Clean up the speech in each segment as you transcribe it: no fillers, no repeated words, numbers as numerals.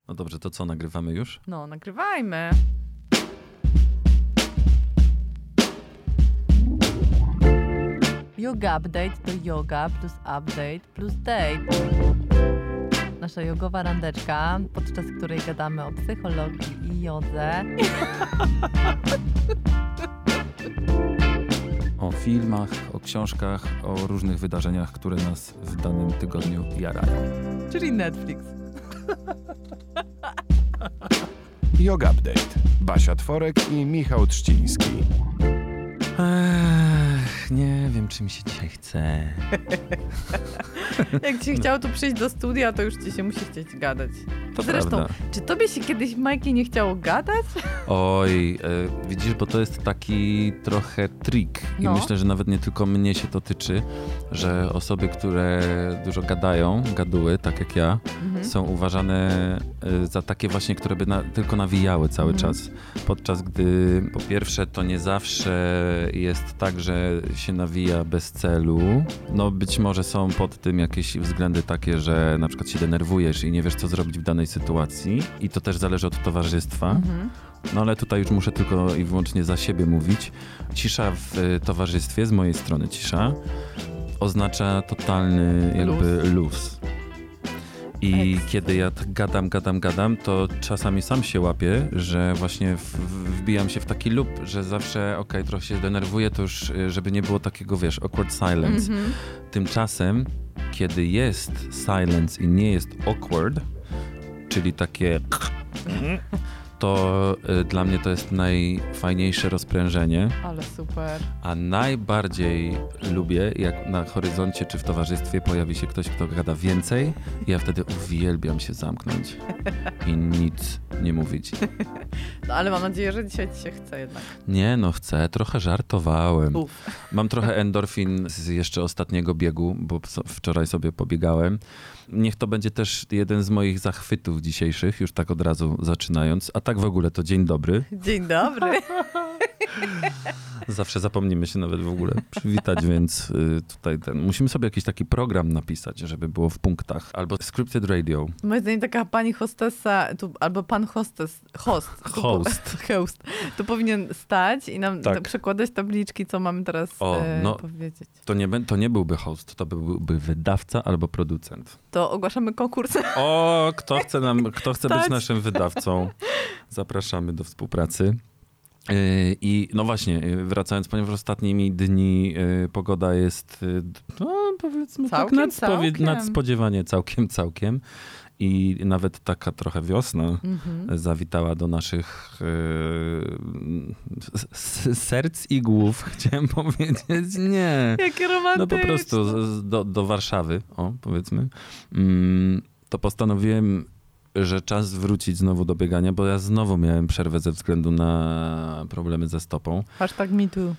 No dobrze, to co, nagrywamy już? No, nagrywajmy. Yoga Update to yoga plus update plus date. Nasza jogowa randeczka, podczas której gadamy o psychologii i jodze. O filmach, o książkach, o różnych wydarzeniach, które nas w danym tygodniu jarają. Czyli Netflix. Yoga Update. Basia Tworek i Michał Trzciński. Nie wiem, czy mi się dzisiaj chce. Jak ci chciało tu przyjść do studia, to już ci się musi chcieć gadać. To Zresztą, prawda. czy tobie się kiedyś, Majki, nie chciało gadać? Oj, widzisz, bo to jest taki trochę trik. I myślę, że nawet nie tylko mnie się to tyczy, że osoby, które dużo gadają, gaduły, tak jak ja, są uważane za takie właśnie, które by tylko nawijały cały czas. Podczas gdy po pierwsze to nie zawsze jest tak, że się nawija bez celu. No być może są pod tym jakieś względy takie, że na przykład się denerwujesz i nie wiesz, co zrobić w danej sytuacji. I to też zależy od towarzystwa. No ale tutaj już muszę tylko i wyłącznie za siebie mówić. Cisza w towarzystwie, z mojej strony cisza, oznacza totalny jakby luz. I kiedy ja tak gadam, to czasami sam się łapię, że właśnie wbijam się w taki loop, że zawsze trochę się denerwuję, to już żeby nie było takiego, wiesz, awkward silence. Tymczasem, kiedy jest silence i nie jest awkward, czyli takie to dla mnie to jest najfajniejsze rozprężenie. Ale super. A najbardziej lubię, jak na horyzoncie czy w towarzystwie pojawi się ktoś, kto gada więcej. I ja wtedy uwielbiam się zamknąć i nic nie mówić. No ale mam nadzieję, że dzisiaj ci się chce jednak. Nie, no chcę. Trochę żartowałem. Mam trochę endorfin z jeszcze ostatniego biegu, bo wczoraj sobie pobiegałem. Niech to będzie też jeden z moich zachwytów dzisiejszych, już tak od razu zaczynając. A tak w ogóle to dzień dobry. Dzień dobry. Zawsze zapomnimy się nawet w ogóle przywitać, więc tutaj musimy sobie jakiś taki program napisać, żeby było w punktach. Albo scripted radio. Moim zdaniem taka pani hostessa, albo pan host, to powinien stać i nam przekładać tabliczki, co mamy teraz powiedzieć. To nie byłby host, to byłby wydawca albo producent. To ogłaszamy konkurs. Kto chce być naszym wydawcą? Zapraszamy do współpracy. I no właśnie, wracając, ponieważ ostatnimi dni pogoda jest, powiedzmy nadspodziewanie całkiem. I nawet taka trochę wiosna zawitała do naszych serc i głów, chciałem powiedzieć. Nie. Jakie romantyczne. No po prostu do Warszawy, powiedzmy. To postanowiłem, że czas wrócić znowu do biegania, bo ja znowu miałem przerwę ze względu na problemy ze stopą. #MeToo.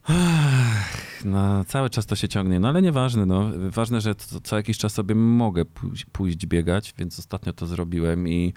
No, cały czas to się ciągnie, no ale nieważne. No. Ważne, że co jakiś czas sobie mogę pójść biegać, więc ostatnio to zrobiłem i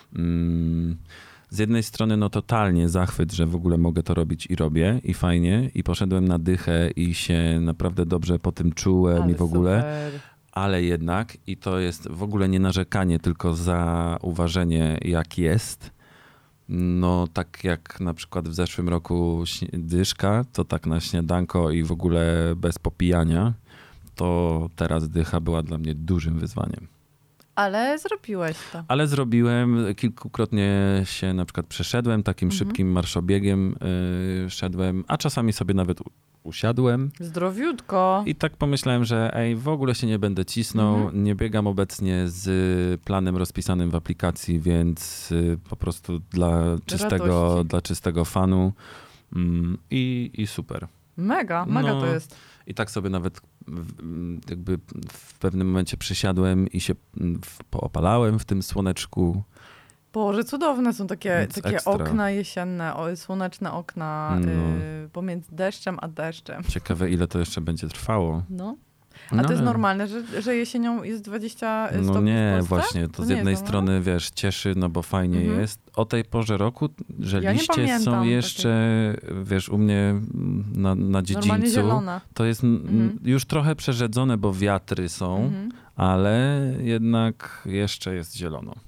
z jednej strony no totalnie zachwyt, że w ogóle mogę to robić i robię i fajnie i poszedłem na dychę i się naprawdę dobrze po tym czułem ale i w ogóle. Super. Ale jednak, i to jest w ogóle nie narzekanie, tylko zauważenie jak jest, no tak jak na przykład w zeszłym roku dyszka, to tak na śniadanko i w ogóle bez popijania, to teraz dycha była dla mnie dużym wyzwaniem. Ale zrobiłeś to. Ale zrobiłem, kilkukrotnie się na przykład przeszedłem, takim szybkim marszobiegiem szedłem, a czasami sobie nawet usiadłem. Zdrowiutko. I tak pomyślałem, że w ogóle się nie będę cisnął, nie biegam obecnie z planem rozpisanym w aplikacji, więc po prostu dla czystego fanu i super. Mega to jest. I tak sobie nawet jakby w pewnym momencie przysiadłem i się poopalałem w tym słoneczku. Boże, cudowne są takie okna jesienne, słoneczne okna pomiędzy deszczem a deszczem. Ciekawe, ile to jeszcze będzie trwało. No. A to jest normalne, że jesienią jest 20 stopni No nie, w Polsce? właśnie. To z jednej strony, wiesz, cieszy, no bo fajnie jest. O tej porze roku, że liście są jeszcze, wiesz, u mnie na dziedzińcu. To jest już trochę przerzedzone, bo wiatry są, ale jednak jeszcze jest zielono.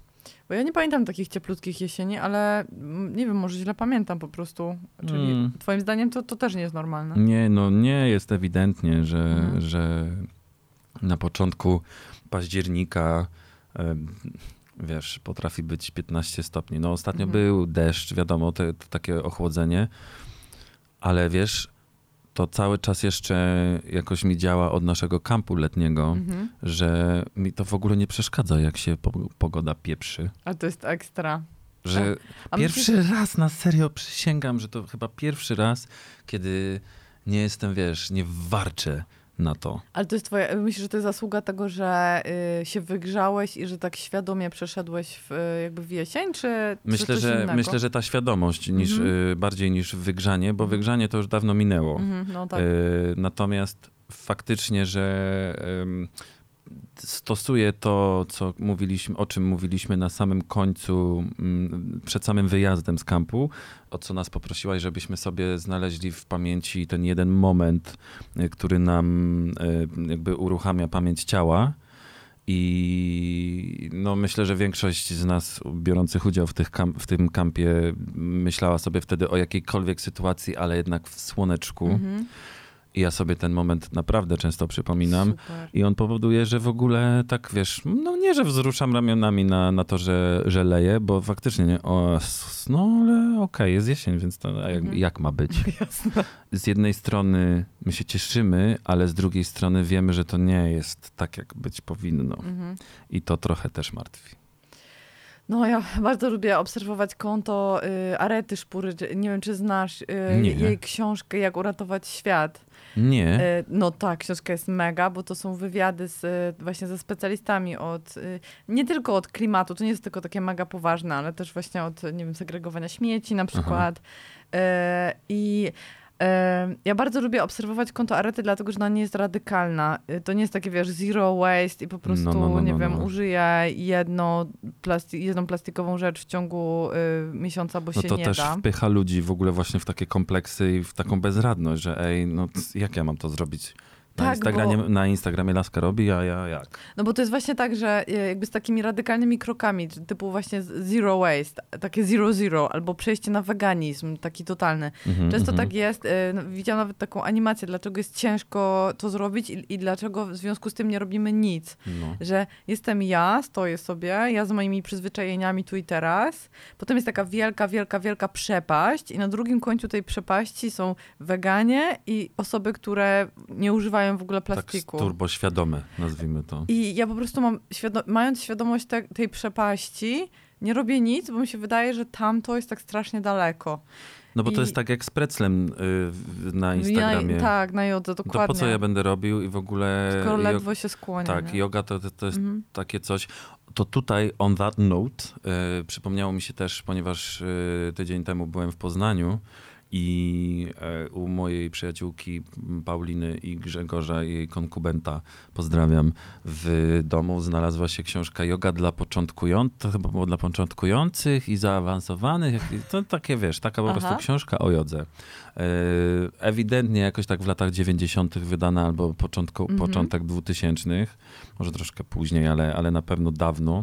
Bo ja nie pamiętam takich cieplutkich jesieni, ale nie wiem, może źle pamiętam po prostu. Czyli twoim zdaniem to też nie jest normalne? Nie jest ewidentnie, że na początku października wiesz, potrafi być 15 stopni. No ostatnio był deszcz, wiadomo, to takie ochłodzenie, ale wiesz, to cały czas jeszcze jakoś mi działa od naszego kampu letniego, że mi to w ogóle nie przeszkadza, jak się pogoda pieprzy. A to jest ekstra. Że pierwszy raz, na serio przysięgam, że to chyba pierwszy raz, kiedy nie jestem, wiesz, nie warczę na to. Ale to jest myślisz, że to jest zasługa tego, że się wygrzałeś i że tak świadomie przeszedłeś jakby w jesień, czy Myślę, że ta świadomość bardziej niż wygrzanie, bo wygrzanie to już dawno minęło. No tak. Natomiast faktycznie, że stosuję to, o czym mówiliśmy na samym końcu, przed samym wyjazdem z kampu, o co nas poprosiłaś, żebyśmy sobie znaleźli w pamięci ten jeden moment, który nam jakby uruchamia pamięć ciała. I no myślę, że większość z nas biorących udział w tym kampie myślała sobie wtedy o jakiejkolwiek sytuacji, ale jednak w słoneczku. I ja sobie ten moment naprawdę często przypominam. Super. I on powoduje, że w ogóle tak, wiesz, no nie, że wzruszam ramionami na to, że leję, bo faktycznie nie, ale okej, jest jesień, więc to jak ma być? Jasne. Z jednej strony my się cieszymy, ale z drugiej strony wiemy, że to nie jest tak, jak być powinno. I to trochę też martwi. No ja bardzo lubię obserwować konto Arety Szpury. Nie wiem, czy znasz jej książkę Jak uratować świat. Nie. No tak, książka jest mega, bo to są wywiady właśnie ze specjalistami nie tylko od klimatu, to nie jest tylko takie mega poważne, ale też właśnie od, nie wiem, segregowania śmieci na przykład. Ja bardzo lubię obserwować konto Arety, dlatego że ona nie jest radykalna. To nie jest takie, wiesz, zero waste i po prostu, użyję jedną plastikową rzecz w ciągu miesiąca, bo się nie da. No to też wpycha ludzi w ogóle właśnie w takie kompleksy i w taką bezradność, że jak ja mam to zrobić? Na Instagramie laska robi, a ja jak? No bo to jest właśnie tak, że jakby z takimi radykalnymi krokami, typu właśnie zero waste, takie zero, albo przejście na weganizm, taki totalny. Często tak jest. Widziałam nawet taką animację, dlaczego jest ciężko to zrobić i dlaczego w związku z tym nie robimy nic. Że jestem stoję sobie, ja z moimi przyzwyczajeniami tu i teraz. Potem jest taka wielka przepaść i na drugim końcu tej przepaści są weganie i osoby, które nie używają w ogóle plastiku. Tak turboświadome, nazwijmy to. I ja po prostu mając świadomość tej przepaści, nie robię nic, bo mi się wydaje, że tamto jest tak strasznie daleko. No bo to jest tak jak z preclem na Instagramie. Tak, na jodze, dokładnie. To po co ja będę robił i w ogóle... Skoro ledwo się skłania. Tak, yoga to jest takie coś. To tutaj, on that note, przypomniało mi się też, ponieważ tydzień temu byłem w Poznaniu, i u mojej przyjaciółki Pauliny i Grzegorza, jej konkubenta, pozdrawiam, w domu znalazła się książka Yoga dla początkujących, to chyba było dla początkujących i zaawansowanych. To takie, wiesz, taka po prostu książka o jodze. Ewidentnie jakoś tak w latach 90. wydana albo początek 2000, może troszkę później, ale na pewno dawno.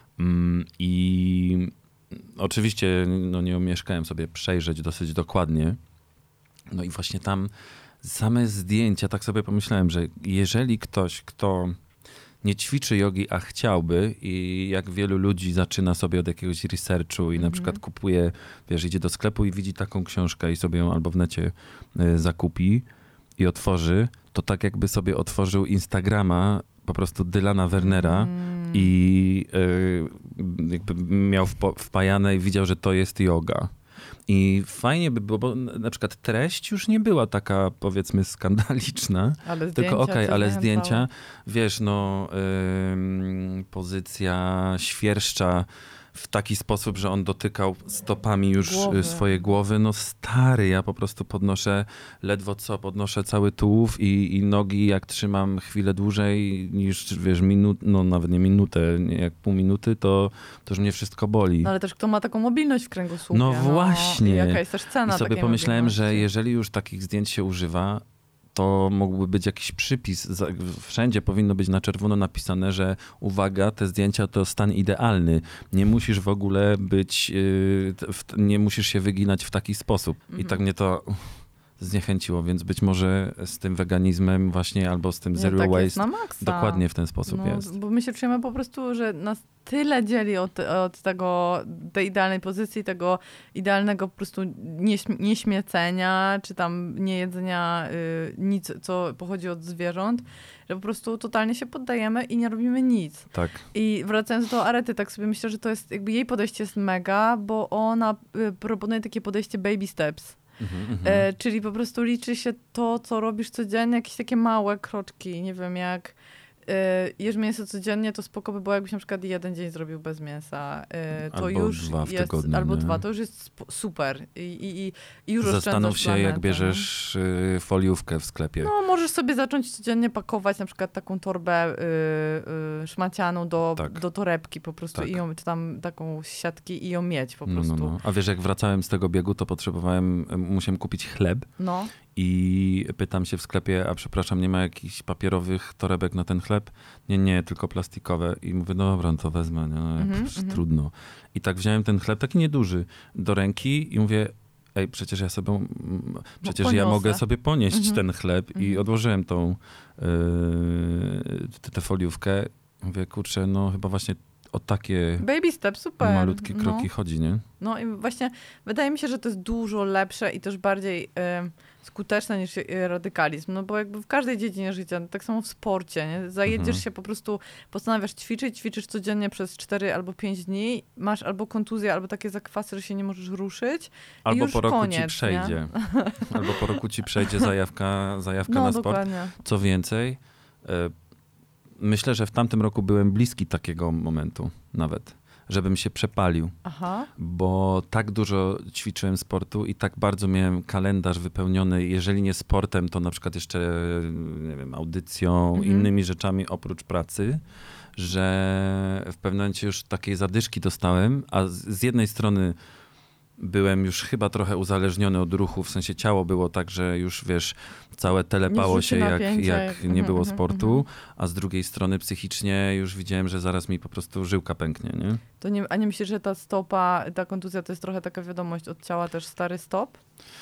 I oczywiście nie omieszkałem sobie przejrzeć dosyć dokładnie. No i właśnie tam same zdjęcia, tak sobie pomyślałem, że jeżeli ktoś, kto nie ćwiczy jogi, a chciałby i jak wielu ludzi zaczyna sobie od jakiegoś researchu i na przykład kupuje, wiesz, idzie do sklepu i widzi taką książkę i sobie ją albo w necie zakupi i otworzy, to tak jakby sobie otworzył Instagrama po prostu Dylana Wernera i jakby miał wpajane i widział, że to jest yoga. I fajnie by było, bo na przykład treść już nie była taka, powiedzmy, skandaliczna. Ale tylko ale zdjęcia, wiesz, pozycja świerszcza w taki sposób, że on dotykał stopami już swojej głowy. No stary, ja po prostu ledwo podnoszę cały tułów i nogi, jak trzymam chwilę dłużej niż, wiesz, nawet nie minutę, jak pół minuty, to już mnie wszystko boli. No ale też kto ma taką mobilność w kręgosłupie? No właśnie. I jaka jest też cena I sobie takiej pomyślałem, mobilności? że jeżeli już takich zdjęć się używa, to mógłby być jakiś przypis. Wszędzie powinno być na czerwono napisane, że uwaga, te zdjęcia to stan idealny. Nie musisz w ogóle być, nie musisz się wyginać w taki sposób. I tak mnie to zniechęciło, więc być może z tym weganizmem właśnie albo z tym zero waste jest na maksa. dokładnie w ten sposób jest. Bo my się czujemy po prostu, że nas tyle dzieli od tej idealnej pozycji, tego idealnego po prostu nieśmiecenia, czy tam niejedzenia nic, co pochodzi od zwierząt, że po prostu totalnie się poddajemy i nie robimy nic. Tak. I wracając do Arety, tak sobie myślę, że to jest jakby jej podejście jest mega, bo ona proponuje takie podejście baby steps. Czyli po prostu liczy się to, co robisz codziennie, jakieś takie małe kroczki. Nie wiem, jak jesz mięso codziennie, to spoko by było, jakbyś na przykład jeden dzień zrobił bez mięsa. To albo już 2 w jest, tygodniu, albo nie? 2, to już jest super. I już Zastanów się, planetę. jak bierzesz foliówkę w sklepie. No, możesz sobie zacząć codziennie pakować na przykład taką torbę szmacianą do torebki po prostu i ją, czy tam taką siatki i ją mieć po prostu. No. A wiesz, jak wracałem z tego biegu, to musiałem kupić chleb. No. I pytam się w sklepie, a przepraszam, nie ma jakichś papierowych torebek na ten chleb? Nie, tylko plastikowe. I mówię, dobra, no to wezmę, trudno. I tak wziąłem ten chleb, taki nieduży, do ręki i mówię, ej, przecież ja mogę sobie ponieść ten chleb i odłożyłem tę foliówkę. Mówię, kurczę, no chyba właśnie o takie baby step, super. malutkie kroki chodzi, nie? No i właśnie wydaje mi się, że to jest dużo lepsze i też bardziej skuteczne niż radykalizm, no bo jakby w każdej dziedzinie życia, tak samo w sporcie, nie? Zajedziesz się po prostu, postanawiasz ćwiczysz codziennie przez 4 albo 5 dni, masz albo kontuzję, albo takie zakwasy, że się nie możesz ruszyć. Albo już po roku koniec, ci przejdzie. Albo po roku ci przejdzie zajawka no, na sport. Dokładnie. Co więcej, myślę, że w tamtym roku byłem bliski takiego momentu nawet, żebym się przepalił. Aha. Bo tak dużo ćwiczyłem sportu i tak bardzo miałem kalendarz wypełniony, jeżeli nie sportem, to na przykład jeszcze, nie wiem, audycją, innymi rzeczami oprócz pracy, że w pewnym momencie już takiej zadyszki dostałem, a z jednej strony byłem już chyba trochę uzależniony od ruchu, w sensie ciało było tak, że już wiesz, całe telepało się jak nie było sportu, a z drugiej strony psychicznie już widziałem, że zaraz mi po prostu żyłka pęknie, nie? A nie myślisz, że ta stopa, ta kontuzja to jest trochę taka wiadomość od ciała, też stary stop?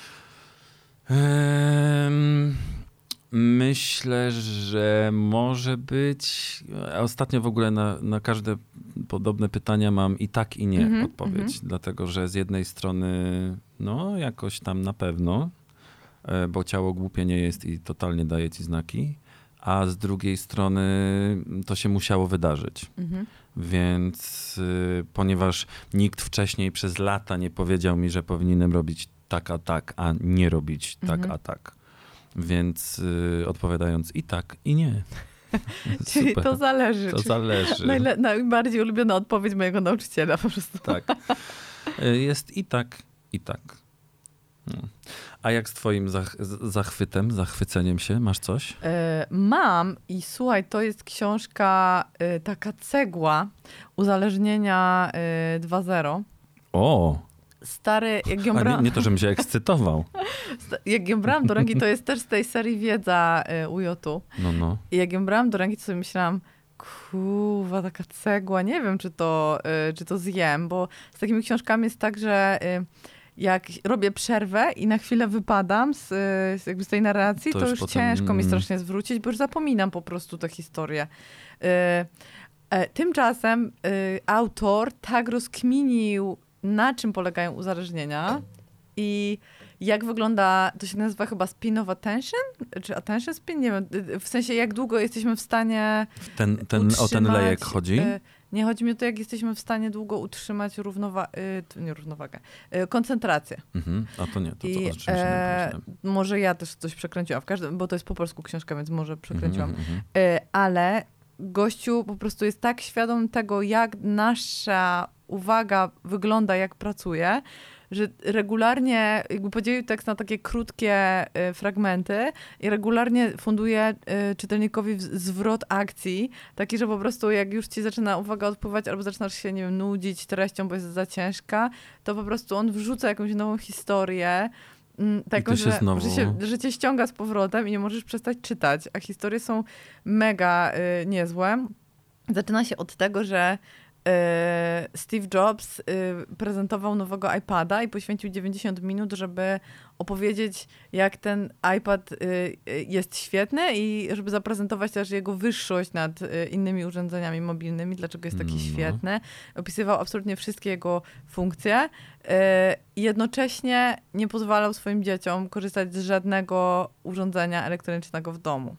Myślę, że może być. Ostatnio w ogóle na każde podobne pytania mam i tak, i nie odpowiedź. Dlatego, że z jednej strony no jakoś tam na pewno, bo ciało głupie nie jest i totalnie daje ci znaki, a z drugiej strony to się musiało wydarzyć. Więc ponieważ nikt wcześniej przez lata nie powiedział mi, że powinienem robić tak, a nie robić tak, a tak. Więc odpowiadając i tak, i nie. Czyli super. To zależy. To zależy. Najbardziej ulubiona odpowiedź mojego nauczyciela po prostu. Tak. Jest i tak, i tak. No. A jak z twoim zachwyceniem się? Masz coś? Mam i słuchaj, to jest książka, taka cegła uzależnienia 2.0. O! Stary, jak ją brałam... nie to, żebym się ekscytował. Jak ją brałam do ręki, to jest też z tej serii Wiedza UJ-u. No. I jak ją brałam do ręki, to sobie myślałam, kurwa, taka cegła, nie wiem, czy to zjem, bo z takimi książkami jest tak, że jak robię przerwę i na chwilę wypadam z tej narracji, to już potem ciężko mi strasznie zwrócić, bo już zapominam po prostu tę historię. Tymczasem autor tak rozkminił, na czym polegają uzależnienia i jak wygląda, to się nazywa chyba spin of attention? Czy attention spin? Nie wiem. W sensie, jak długo jesteśmy w stanie o ten lejek chodzi? Nie, chodzi mi o to, jak jesteśmy w stanie długo utrzymać koncentrację. A to nie, to I, może ja też coś przekręciłam, bo to jest po polsku książka, więc może przekręciłam. Ale gościu po prostu jest tak świadom tego, jak nasza uwaga wygląda, jak pracuje, że regularnie jakby podzielił tekst na takie krótkie fragmenty i regularnie funduje czytelnikowi zwrot akcji, taki, że po prostu jak już ci zaczyna uwaga odpływać albo zaczynasz się, nie wiem, nudzić treścią, bo jest za ciężka, to po prostu on wrzuca jakąś nową historię taką, że cię ściąga z powrotem i nie możesz przestać czytać. A historie są mega niezłe. Zaczyna się od tego, że Steve Jobs prezentował nowego iPada i poświęcił 90 minut, żeby opowiedzieć, jak ten iPad jest świetny i żeby zaprezentować też jego wyższość nad innymi urządzeniami mobilnymi, dlaczego jest taki świetny. Opisywał absolutnie wszystkie jego funkcje i jednocześnie nie pozwalał swoim dzieciom korzystać z żadnego urządzenia elektronicznego w domu.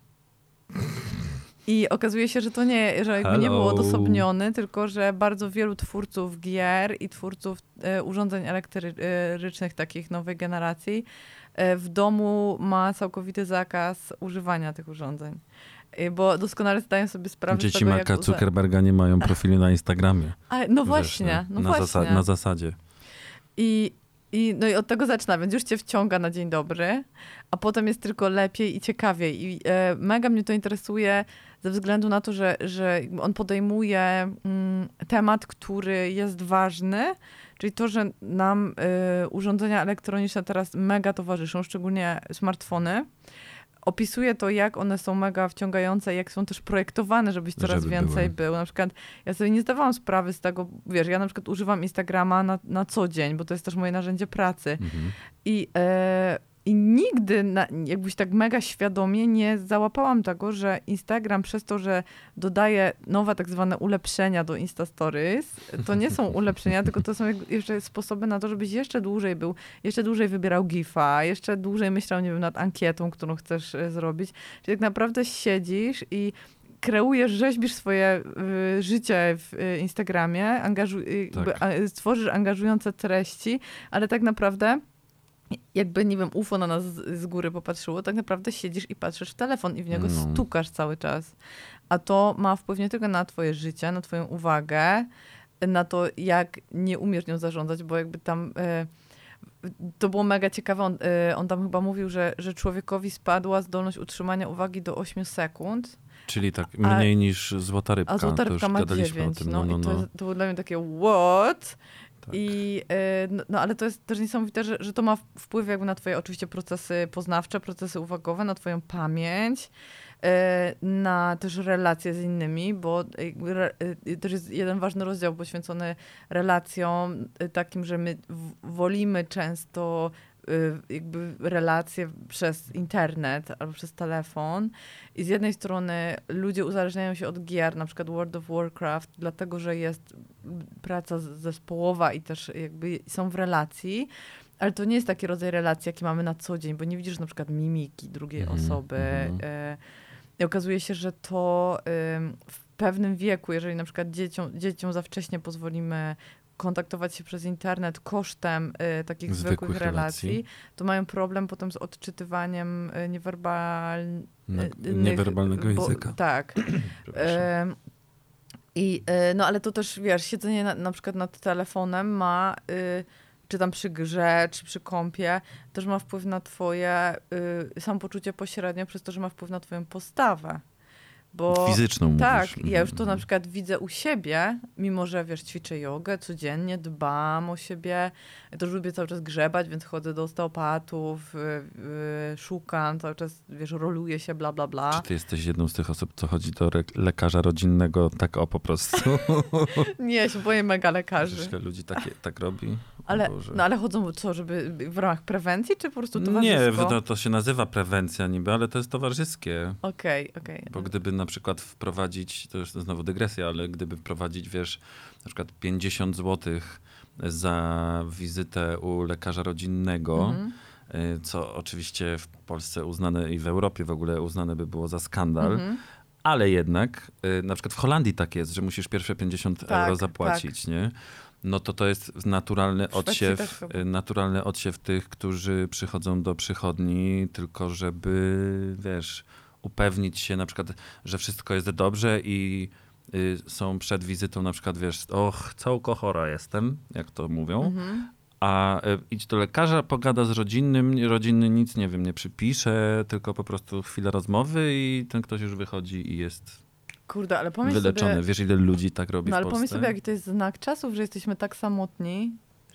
I okazuje się, że to nie, że jakby nie był odosobniony, tylko że bardzo wielu twórców gier i twórców urządzeń elektrycznych takich nowej generacji w domu ma całkowity zakaz używania tych urządzeń. Bo doskonale zdają sobie sprawę Dzieci z tego, Marka Zuckerberga nie mają profili na Instagramie. No właśnie, Na zasadzie. I od tego zaczyna, więc już cię wciąga na dzień dobry, a potem jest tylko lepiej i ciekawiej. I mega mnie to interesuje ze względu na to, że on podejmuje temat, który jest ważny, czyli to, że nam urządzenia elektroniczne teraz mega towarzyszą, szczególnie smartfony. Opisuje to, jak one są mega wciągające, jak są też projektowane, żebyś coraz więcej był. Na przykład ja sobie nie zdawałam sprawy z tego, wiesz, ja na przykład używam Instagrama na co dzień, bo to jest też moje narzędzie pracy. I nigdy jakbyś tak mega świadomie nie załapałam tego, że Instagram przez to, że dodaje nowe tak zwane ulepszenia do Insta Stories, to nie są ulepszenia, tylko to są jeszcze sposoby na to, żebyś jeszcze dłużej był, jeszcze dłużej wybierał GIF-a, jeszcze dłużej myślał, nie wiem, nad ankietą, którą chcesz zrobić. Czyli tak naprawdę siedzisz i kreujesz, rzeźbisz swoje życie w Instagramie, stworzysz angażujące treści, ale tak naprawdę jakby, nie wiem, UFO na nas z góry popatrzyło, tak naprawdę siedzisz i patrzysz w telefon i w niego stukasz cały czas. A to ma wpływ nie tylko na twoje życie, na twoją uwagę, na to, jak nie umiesz nią zarządzać, bo jakby tam to było mega ciekawe. On tam chyba mówił, że człowiekowi spadła zdolność utrzymania uwagi do 8 sekund. Czyli tak mniej niż złota rybka. A złota rybka ma 9. To było dla mnie takie what? Tak. Ale to jest też niesamowite, że to ma wpływ jakby na twoje oczywiście procesy poznawcze, procesy uwagowe, na twoją pamięć, na też relacje z innymi, bo też jest jeden ważny rozdział poświęcony relacjom takim, że my wolimy często jakby relacje przez internet albo przez telefon i z jednej strony ludzie uzależniają się od gier, na przykład World of Warcraft, dlatego, że jest praca zespołowa i też jakby są w relacji, ale to nie jest taki rodzaj relacji, jaki mamy na co dzień, bo nie widzisz na przykład mimiki drugiej osoby. I okazuje się, że to w pewnym wieku, jeżeli na przykład dzieciom za wcześnie pozwolimy kontaktować się przez internet kosztem takich zwykłych relacji, to mają problem potem z odczytywaniem niewerbalnego języka. Tak. Ale to też, wiesz, siedzenie na przykład nad telefonem ma, czy tam przy grze, czy przy kompie, też ma wpływ na twoje samopoczucie pośrednio, przez to, że ma wpływ na twoją postawę. Bo, fizyczną mówisz. Tak, ja już to na przykład widzę u siebie, mimo że, wiesz, ćwiczę jogę codziennie, dbam o siebie, ja też lubię cały czas grzebać, więc chodzę do osteopatów, szukam, cały czas, wiesz, roluję się, bla, bla, bla. Czy ty jesteś jedną z tych osób, co chodzi do lekarza rodzinnego tak po prostu? Nie, ja się boję mega lekarzy. Wiesz, ile ludzi tak robi? Ale chodzą co, żeby w ramach prewencji, czy po prostu towarzysko? Nie, to się nazywa prewencja niby, ale to jest towarzyskie. Okej. Bo gdyby na przykład wprowadzić, to już znowu dygresja, ale gdyby wprowadzić, wiesz, na przykład 50 zł za wizytę u lekarza rodzinnego, co oczywiście w Polsce uznane i w Europie w ogóle uznane by było za skandal, ale jednak na przykład w Holandii tak jest, że musisz pierwsze 50 euro zapłacić, nie? No to jest naturalny odsiew tych, którzy przychodzą do przychodni tylko żeby, wiesz, upewnić się na przykład, że wszystko jest dobrze i są przed wizytą na przykład, wiesz, całko chora jestem, jak to mówią, a idź do lekarza, pogada z rodzinny nic, nie wiem, nie przypisze, tylko po prostu chwilę rozmowy i ten ktoś już wychodzi i jest ale pomyśl wyleczony. Sobie, wiesz, ile ludzi tak robi w Polsce? Ale pomyśl sobie, jaki to jest znak czasów, że jesteśmy tak samotni,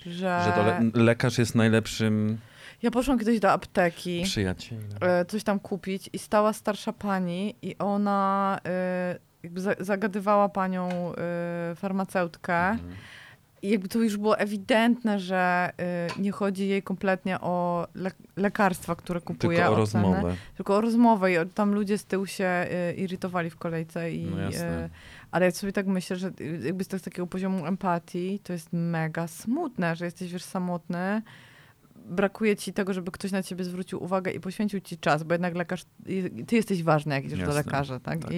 Że lekarz jest najlepszym Ja poszłam kiedyś do apteki, przyjacielem. Coś tam kupić i stała starsza pani i ona jakby zagadywała panią farmaceutkę. I jakby to już było ewidentne, że nie chodzi jej kompletnie o lekarstwa, które kupuje. Tylko o rozmowę. Tylko o rozmowę i tam ludzie z tyłu się irytowali w kolejce. Ale ja sobie tak myślę, że jakby z takiego poziomu empatii to jest mega smutne, że jesteś wiesz samotny. Brakuje ci tego, żeby ktoś na ciebie zwrócił uwagę i poświęcił ci czas, bo jednak lekarz, ty jesteś ważny, jak idziesz do lekarza, tak? Tak.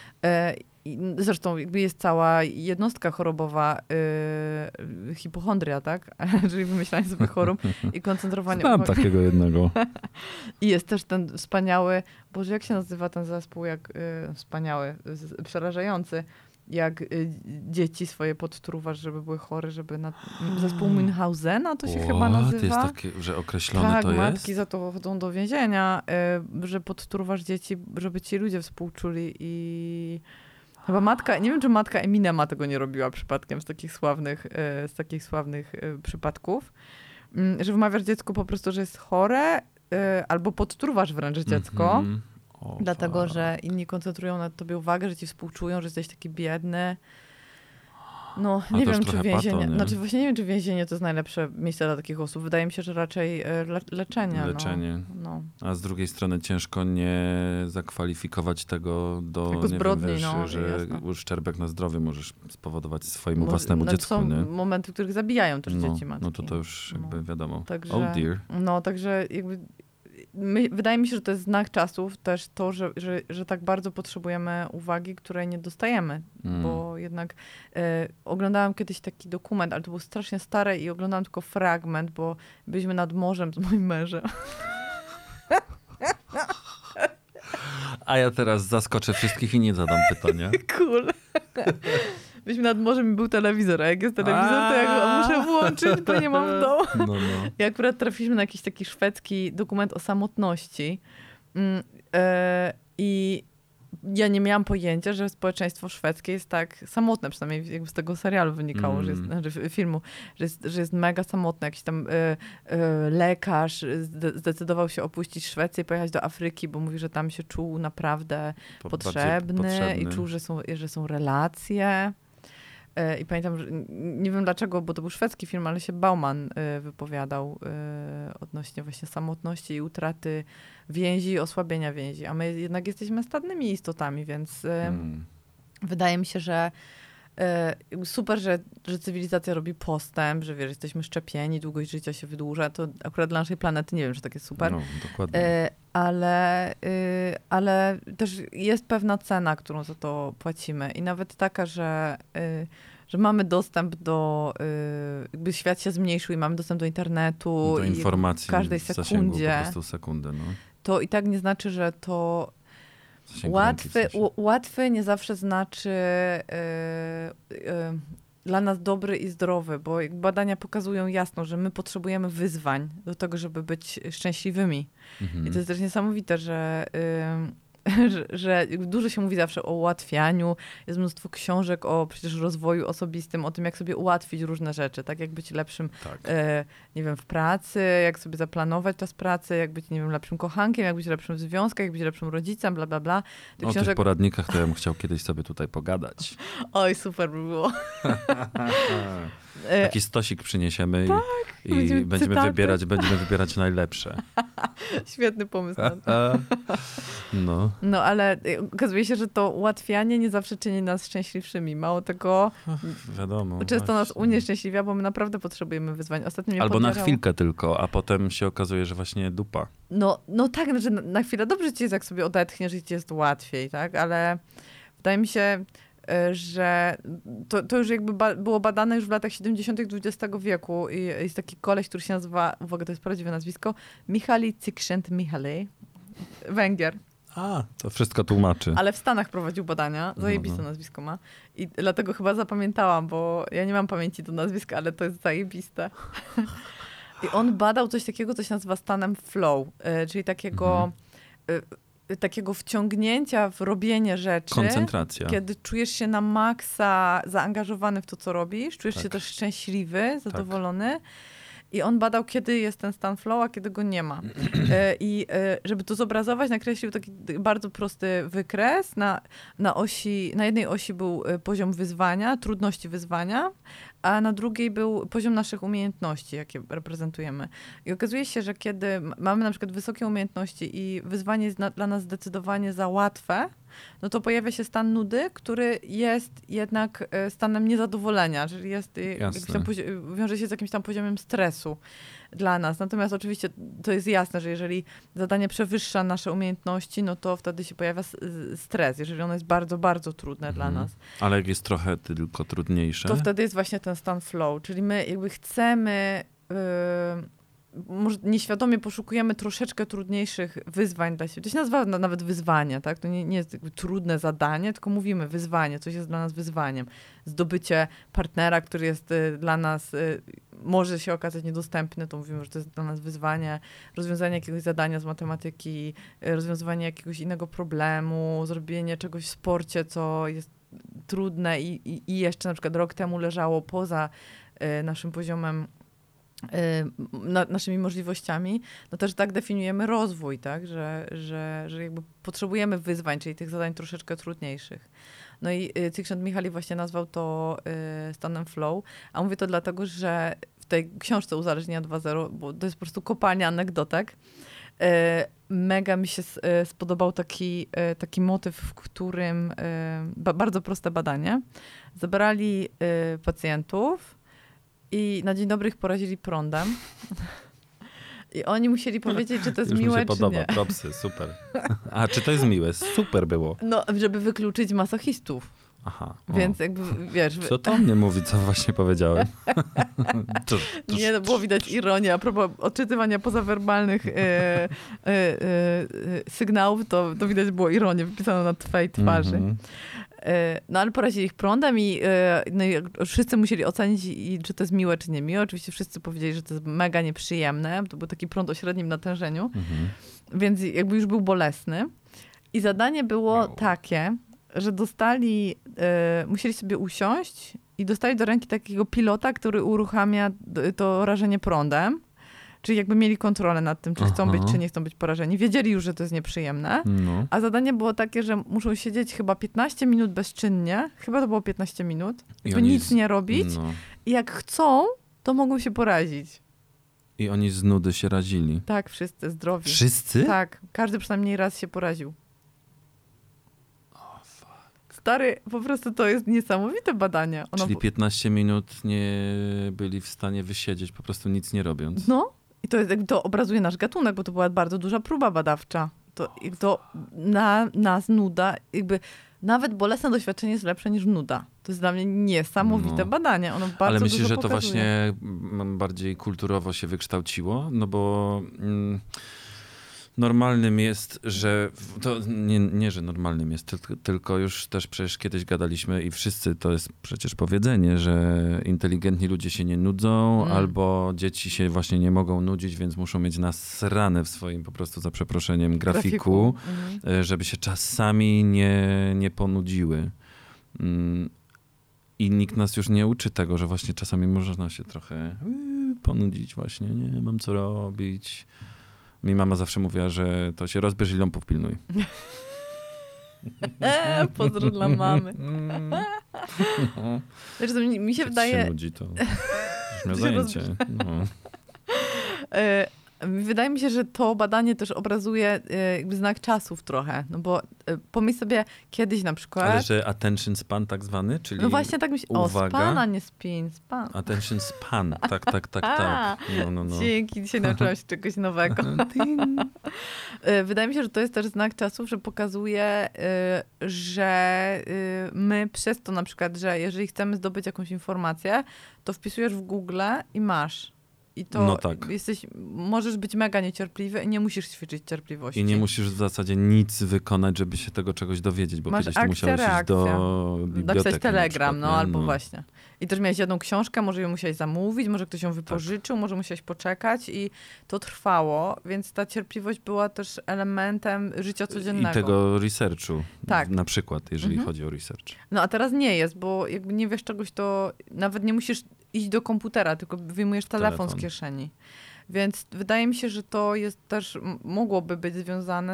I zresztą jakby jest cała jednostka chorobowa, hipochondria, tak? Czyli wymyślanie sobie chorób i koncentrowanie uwagi. Znam takiego jednego. I jest też ten wspaniały, Boże, jak się nazywa ten zespół, wspaniały, przerażający, jak dzieci swoje podtruwasz, żeby były chore, żeby zespół Münchhausena to się chyba nazywa. To jest takie, że określone tak, to jest? Tak, matki za to chodzą do więzienia, że podtruwasz dzieci, żeby ci ludzie współczuli i chyba matka, nie wiem czy matka Eminema tego nie robiła przypadkiem z takich sławnych przypadków, że wmawiasz dziecku po prostu, że jest chore albo podtruwasz wręcz dziecko. Dlatego, że inni koncentrują na tobie uwagę, że ci współczują, że jesteś taki biedny. No, nie wiem, czy więzienie. Znaczy, właśnie nie wiem, czy więzienie to jest najlepsze miejsce dla takich osób. Wydaje mi się, że raczej leczenie. No. A z drugiej strony ciężko nie zakwalifikować tego do jako zbrodni, że uszczerbek na zdrowiu możesz spowodować swojemu własnemu dziecku. Są nie? momenty, w których zabijają też dzieci matki. No to już jakby wiadomo. Także, oh dear. No, także jakby wydaje mi się, że to jest znak czasów też to, że tak bardzo potrzebujemy uwagi, której nie dostajemy. Bo jednak oglądałam kiedyś taki dokument, ale to był strasznie stary i oglądałam tylko fragment, bo byliśmy nad morzem z moim mężem. A ja teraz zaskoczę wszystkich i nie zadam pytania. Cool. Byliśmy nad morzem i był telewizor, a jak jest telewizor, to ja go muszę włączyć, bo nie mam w domu. No. I akurat trafiliśmy na jakiś taki szwedzki dokument o samotności. I ja nie miałam pojęcia, że społeczeństwo szwedzkie jest tak samotne, przynajmniej jakby z tego serialu wynikało, filmu, że jest mega samotne. Jakiś tam lekarz zdecydował się opuścić Szwecję i pojechać do Afryki, bo mówi, że tam się czuł naprawdę potrzebny i czuł, że są relacje. I pamiętam, że nie wiem dlaczego, bo to był szwedzki film, ale się Bauman wypowiadał odnośnie właśnie samotności i utraty więzi, osłabienia więzi. A my jednak jesteśmy stadnymi istotami, więc wydaje mi się, że super, że cywilizacja robi postęp, że wiesz, jesteśmy szczepieni, długość życia się wydłuża. To akurat dla naszej planety nie wiem, czy tak jest super. No, dokładnie. Ale też jest pewna cena, którą za to płacimy. I nawet taka, że mamy dostęp do, jakby świat się zmniejszył i mamy dostęp do internetu. Do informacji w każdej sekundzie. Po prostu sekundę, no. To i tak nie znaczy, że to łatwy nie zawsze znaczy dla nas dobry i zdrowy, bo badania pokazują jasno, że my potrzebujemy wyzwań do tego, żeby być szczęśliwymi. I to jest też niesamowite, że dużo się mówi zawsze o ułatwianiu. Jest mnóstwo książek o przecież rozwoju osobistym, o tym, jak sobie ułatwić różne rzeczy, tak? Jak być lepszym, nie wiem, w pracy, jak sobie zaplanować czas pracy, jak być, nie wiem, lepszym kochankiem, jak być lepszym w związkach, jak być lepszym rodzicem, bla, bla, bla. O tych poradnikach to ja bym chciał kiedyś sobie tutaj pogadać. Oj, super by było. Taki stosik przyniesiemy i będziemy wybierać najlepsze. Świetny pomysł. No, ale okazuje się, że to ułatwianie nie zawsze czyni nas szczęśliwszymi. Mało tego, wiadomo, często nas unieszczęśliwia, bo my naprawdę potrzebujemy wyzwań. Albo na chwilkę tylko, a potem się okazuje, że właśnie dupa. No tak, znaczy na chwilę dobrze ci jest, jak sobie odetchniesz i ci jest łatwiej, tak? Ale wydaje mi się, że to już jakby było badane już w latach 70. XX wieku i jest taki koleś, który się nazywa, uwaga, to jest prawdziwe nazwisko, Mihaly Csikszentmihalyi, Węgier. To wszystko tłumaczy. Ale w Stanach prowadził badania, zajebiste nazwisko ma i dlatego chyba zapamiętałam, bo ja nie mam pamięci do nazwiska, ale to jest zajebiste. I on badał coś takiego, co się nazywa stanem flow, czyli takiego takiego wciągnięcia w robienie rzeczy. Koncentracja. Kiedy czujesz się na maksa zaangażowany w to, co robisz, czujesz się też szczęśliwy, zadowolony. I on badał, kiedy jest ten stan flow, a kiedy go nie ma. I żeby to zobrazować, nakreślił taki bardzo prosty wykres. Na jednej osi był poziom wyzwania, trudności wyzwania, a na drugiej był poziom naszych umiejętności, jakie reprezentujemy. I okazuje się, że kiedy mamy na przykład wysokie umiejętności i wyzwanie jest dla nas zdecydowanie za łatwe, no to pojawia się stan nudy, który jest jednak stanem niezadowolenia, czyli wiąże się z jakimś tam poziomem stresu dla nas. Natomiast oczywiście to jest jasne, że jeżeli zadanie przewyższa nasze umiejętności, no to wtedy się pojawia stres, jeżeli ono jest bardzo, bardzo trudne dla nas. Ale jak jest trochę tylko trudniejsze? To wtedy jest właśnie ten stan flow, czyli my jakby chcemy... może nieświadomie poszukujemy troszeczkę trudniejszych wyzwań dla siebie. To się nazywa nawet wyzwanie, tak? To nie jest jakby trudne zadanie, tylko mówimy wyzwanie, coś jest dla nas wyzwaniem. Zdobycie partnera, który jest dla nas, może się okazać niedostępny, to mówimy, że to jest dla nas wyzwanie. Rozwiązanie jakiegoś zadania z matematyki, rozwiązywanie jakiegoś innego problemu, zrobienie czegoś w sporcie, co jest trudne i jeszcze na przykład rok temu leżało poza naszym poziomem, naszymi możliwościami, no też tak definiujemy rozwój, tak? Że jakby potrzebujemy wyzwań, czyli tych zadań troszeczkę trudniejszych. No i Csikszentmihalyi właśnie nazwał to stanem flow, a mówię to dlatego, że w tej książce Uzależnienia 2.0, bo to jest po prostu kopalnia anegdotek, mega mi się spodobał taki motyw, w którym bardzo proste badanie. Zabrali pacjentów i na dzień dobry ich porazili prądem. I oni musieli powiedzieć, czy to jest miłe, mi się podoba. nie. Propsy, super. A czy to jest miłe? Super było. No, żeby wykluczyć masochistów. Aha. Więc jakby, wiesz... Co to mnie mówi, co właśnie powiedziałem? Nie, no było widać ironię. A propos odczytywania pozawerbalnych sygnałów, to widać było ironię wypisaną na twojej twarzy. No ale porazili ich prądem i wszyscy musieli ocenić, czy to jest miłe, czy nie miłe. Oczywiście wszyscy powiedzieli, że to jest mega nieprzyjemne. To był taki prąd o średnim natężeniu, więc jakby już był bolesny. I zadanie było takie, że musieli sobie usiąść i dostali do ręki takiego pilota, który uruchamia to rażenie prądem. Czyli jakby mieli kontrolę nad tym, czy chcą być, czy nie chcą być porażeni. Wiedzieli już, że to jest nieprzyjemne. No. A zadanie było takie, że muszą siedzieć chyba 15 minut bezczynnie. Chyba to było 15 minut. Żeby nic nie robić. No. I jak chcą, to mogą się porazić. I oni z nudy się razili. Tak, wszyscy zdrowi. Wszyscy? Tak. Każdy przynajmniej raz się poraził. Stary, po prostu to jest niesamowite badanie. Czyli 15 minut nie byli w stanie wysiedzieć, po prostu nic nie robiąc. No. I to obrazuje nasz gatunek, bo to była bardzo duża próba badawcza. To na nas nuda, jakby nawet bolesne doświadczenie jest lepsze niż nuda. To jest dla mnie niesamowite badanie. Ono bardzo Ale myślisz, że to pokazuje. właśnie bardziej kulturowo się wykształciło? No bo normalnym jest, że to nie, że normalnym jest, tylko już też przecież kiedyś gadaliśmy i wszyscy, to jest przecież powiedzenie, że inteligentni ludzie się nie nudzą, albo dzieci się właśnie nie mogą nudzić, więc muszą mieć nasrane w swoim, po prostu za przeproszeniem, grafiku. Żeby się czasami nie ponudziły. I nikt nas już nie uczy tego, że właśnie czasami można się trochę ponudzić właśnie, nie mam co robić. Mi mama zawsze mówiła, że to się rozbierz i lampów pilnuj. Pozdro dla mamy. Zresztą mi się wydaje... się nudzi, to już miał zajęcie. No. Wydaje mi się, że to badanie też obrazuje jakby znak czasów trochę, no bo pomyśl sobie kiedyś na przykład... Ale że attention span tak zwany, czyli no właśnie tak myślę, span, a nie spin, span. Attention span, tak. No. Dzięki, dzisiaj nauczyłam się czegoś nowego. Wydaje mi się, że to jest też znak czasów, że pokazuje, że my przez to na przykład, że jeżeli chcemy zdobyć jakąś informację, to wpisujesz w Google i masz. I to możesz być mega niecierpliwy i nie musisz ćwiczyć cierpliwości. I nie musisz w zasadzie nic wykonać, żeby się tego czegoś dowiedzieć, bo kiedyś ty musiałeś iść do biblioteki. Napisać telegram, albo właśnie. I też miałeś jedną książkę, może ją musiałeś zamówić, może ktoś ją wypożyczył, może musiałeś poczekać i to trwało, więc ta cierpliwość była też elementem życia codziennego. I tego researchu, tak. Na przykład, jeżeli chodzi o research. No a teraz nie jest, bo jakby nie wiesz czegoś, to nawet nie musisz iść do komputera, tylko wyjmujesz telefon z kieszeni. Więc wydaje mi się, że to jest też, mogłoby być związane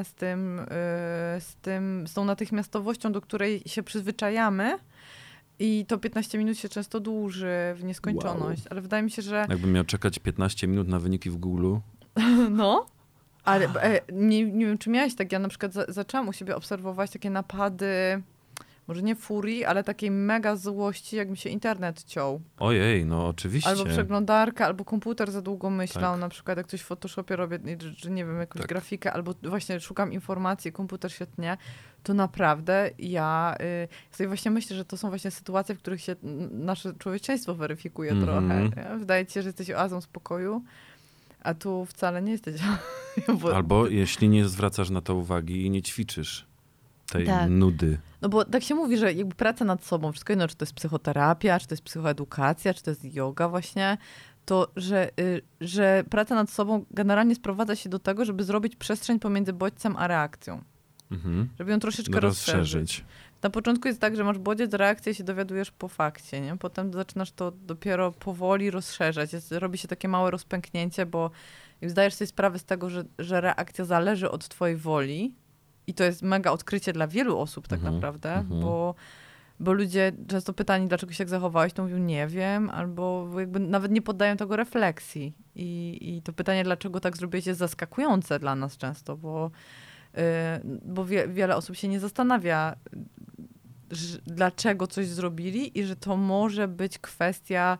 z tą natychmiastowością, do której się przyzwyczajamy i to 15 minut się często dłuży w nieskończoność. Wow. Ale wydaje mi się, że... Jakbym miał czekać 15 minut na wyniki w Google. No, ale nie wiem, czy miałeś tak, ja na przykład zaczęłam u siebie obserwować takie napady, może nie furii, ale takiej mega złości, jak mi się internet ciął. Ojej, no oczywiście. Albo przeglądarka, albo komputer za długo myślał, na przykład jak coś w Photoshopie robię, czy nie wiem, jakąś grafikę, albo właśnie szukam informacji, komputer świetnie, to naprawdę ja sobie właśnie myślę, że to są właśnie sytuacje, w których się nasze człowieczeństwo weryfikuje trochę. Nie? Wydaje ci się, że jesteś oazą spokoju, a tu wcale nie jesteś. Albo jeśli nie zwracasz na to uwagi i nie ćwiczysz tej nudy. No bo tak się mówi, że jakby praca nad sobą, wszystko jedno, czy to jest psychoterapia, czy to jest psychoedukacja, czy to jest yoga właśnie, to że praca nad sobą generalnie sprowadza się do tego, żeby zrobić przestrzeń pomiędzy bodźcem a reakcją. Żeby ją troszeczkę rozszerzyć. Na początku jest tak, że masz bodziec, reakcję się dowiadujesz po fakcie, nie? Potem zaczynasz to dopiero powoli rozszerzać. Robi się takie małe rozpęknięcie, bo jak zdajesz sobie sprawę z tego, że reakcja zależy od twojej woli, i to jest mega odkrycie dla wielu osób tak naprawdę, bo ludzie często pytani, dlaczego się tak zachowałeś, to mówią, nie wiem, albo jakby nawet nie poddają tego refleksji. I to pytanie, dlaczego tak zrobiłeś, jest zaskakujące dla nas często, bo wiele osób się nie zastanawia, dlaczego coś zrobili i że to może być kwestia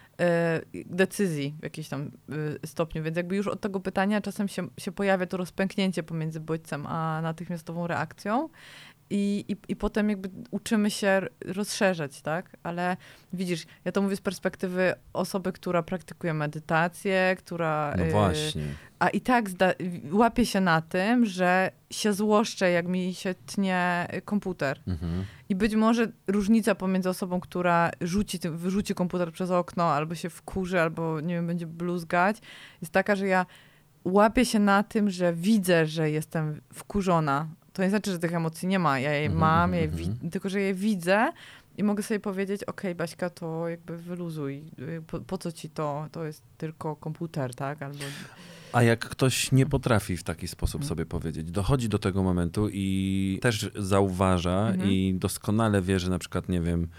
decyzji w jakimś tam stopniu. Więc jakby już od tego pytania czasem się pojawia to rozpęknięcie pomiędzy bodźcem a natychmiastową reakcją i potem jakby uczymy się rozszerzać, tak? Ale widzisz, ja to mówię z perspektywy osoby, która praktykuje medytację, która... No właśnie. A i tak łapię się na tym, że się złoszczę, jak mi się tnie komputer. I być może różnica pomiędzy osobą, która wyrzuci komputer przez okno, albo się wkurzy, albo nie wiem, będzie bluzgać, jest taka, że ja łapię się na tym, że widzę, że jestem wkurzona. To nie znaczy, że tych emocji nie ma. Ja je mam, tylko że je widzę i mogę sobie powiedzieć, okej, Baśka, to jakby wyluzuj. Po co ci to? To jest tylko komputer, tak? Albo... A jak ktoś nie potrafi w taki sposób sobie powiedzieć, dochodzi do tego momentu i też zauważa i doskonale wie, że na przykład, nie wiem,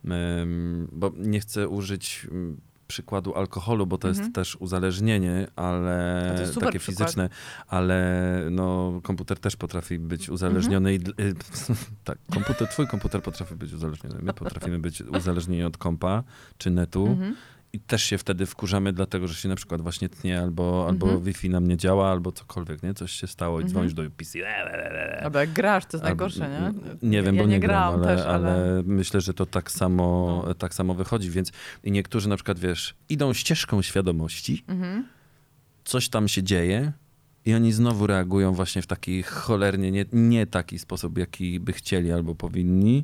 bo nie chcę użyć przykładu alkoholu, bo to jest też uzależnienie, ale takie fizyczne, ale no, komputer też potrafi być uzależniony i tak, twój komputer potrafi być uzależniony. My potrafimy być uzależnieni od kompa czy netu. I też się wtedy wkurzamy, dlatego że się na przykład właśnie tnie, albo Wi-Fi nam nie działa, albo cokolwiek, nie? Coś się stało i dzwonisz do PC. Albo jak grasz, to jest najgorsze, nie? Nie wiem, bo nie gram, też, ale myślę, że to tak samo wychodzi, więc i niektórzy na przykład, wiesz, idą ścieżką świadomości, coś tam się dzieje i oni znowu reagują właśnie w taki cholernie nie taki sposób, jaki by chcieli albo powinni.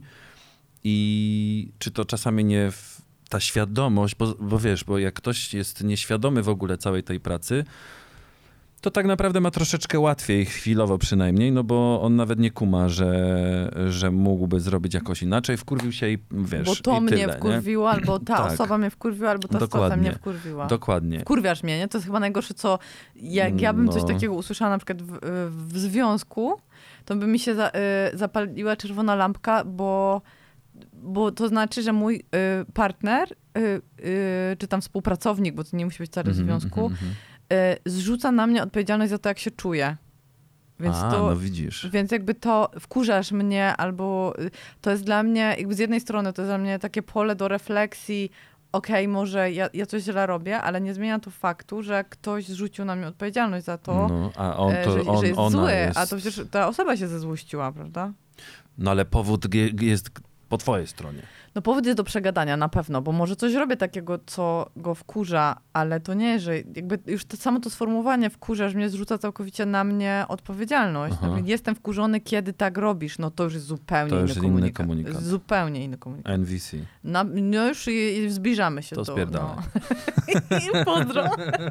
I czy to czasami nie ta świadomość, bo wiesz, bo jak ktoś jest nieświadomy w ogóle całej tej pracy, to tak naprawdę ma troszeczkę łatwiej, chwilowo przynajmniej, no bo on nawet nie kuma, że mógłby zrobić jakoś inaczej, wkurwił się i wiesz, bo to i mnie tyle, wkurwiło, nie? albo ta osoba mnie wkurwiła, albo ta sytuacja mnie wkurwiła. Dokładnie. Wkurwiasz mnie, nie? To jest chyba najgorsze, co jak ja bym coś takiego usłyszała na przykład w związku, to by mi się zapaliła czerwona lampka, bo to znaczy, że mój partner, czy tam współpracownik, bo to nie musi być wcale w związku, zrzuca na mnie odpowiedzialność za to, jak się czuję. Więc no widzisz. Więc jakby to wkurzasz mnie, albo to jest dla mnie, jakby z jednej strony to jest dla mnie takie pole do refleksji, okej, może ja coś źle robię, ale nie zmienia to faktu, że ktoś zrzucił na mnie odpowiedzialność za to, że jest zły, a to przecież ta osoba się zezłościła, prawda? No ale powód jest po twojej stronie. No powód jest do przegadania na pewno, bo może coś robię takiego, co go wkurza, ale to nie, że jakby już samo to sformułowanie wkurzasz mnie zrzuca całkowicie na mnie odpowiedzialność. No, jestem wkurzony, kiedy tak robisz. No to już jest zupełnie inny komunikat. Zupełnie inny komunikat. NVC. No już zbliżamy się to do... spierdalaj. No. Pozdro.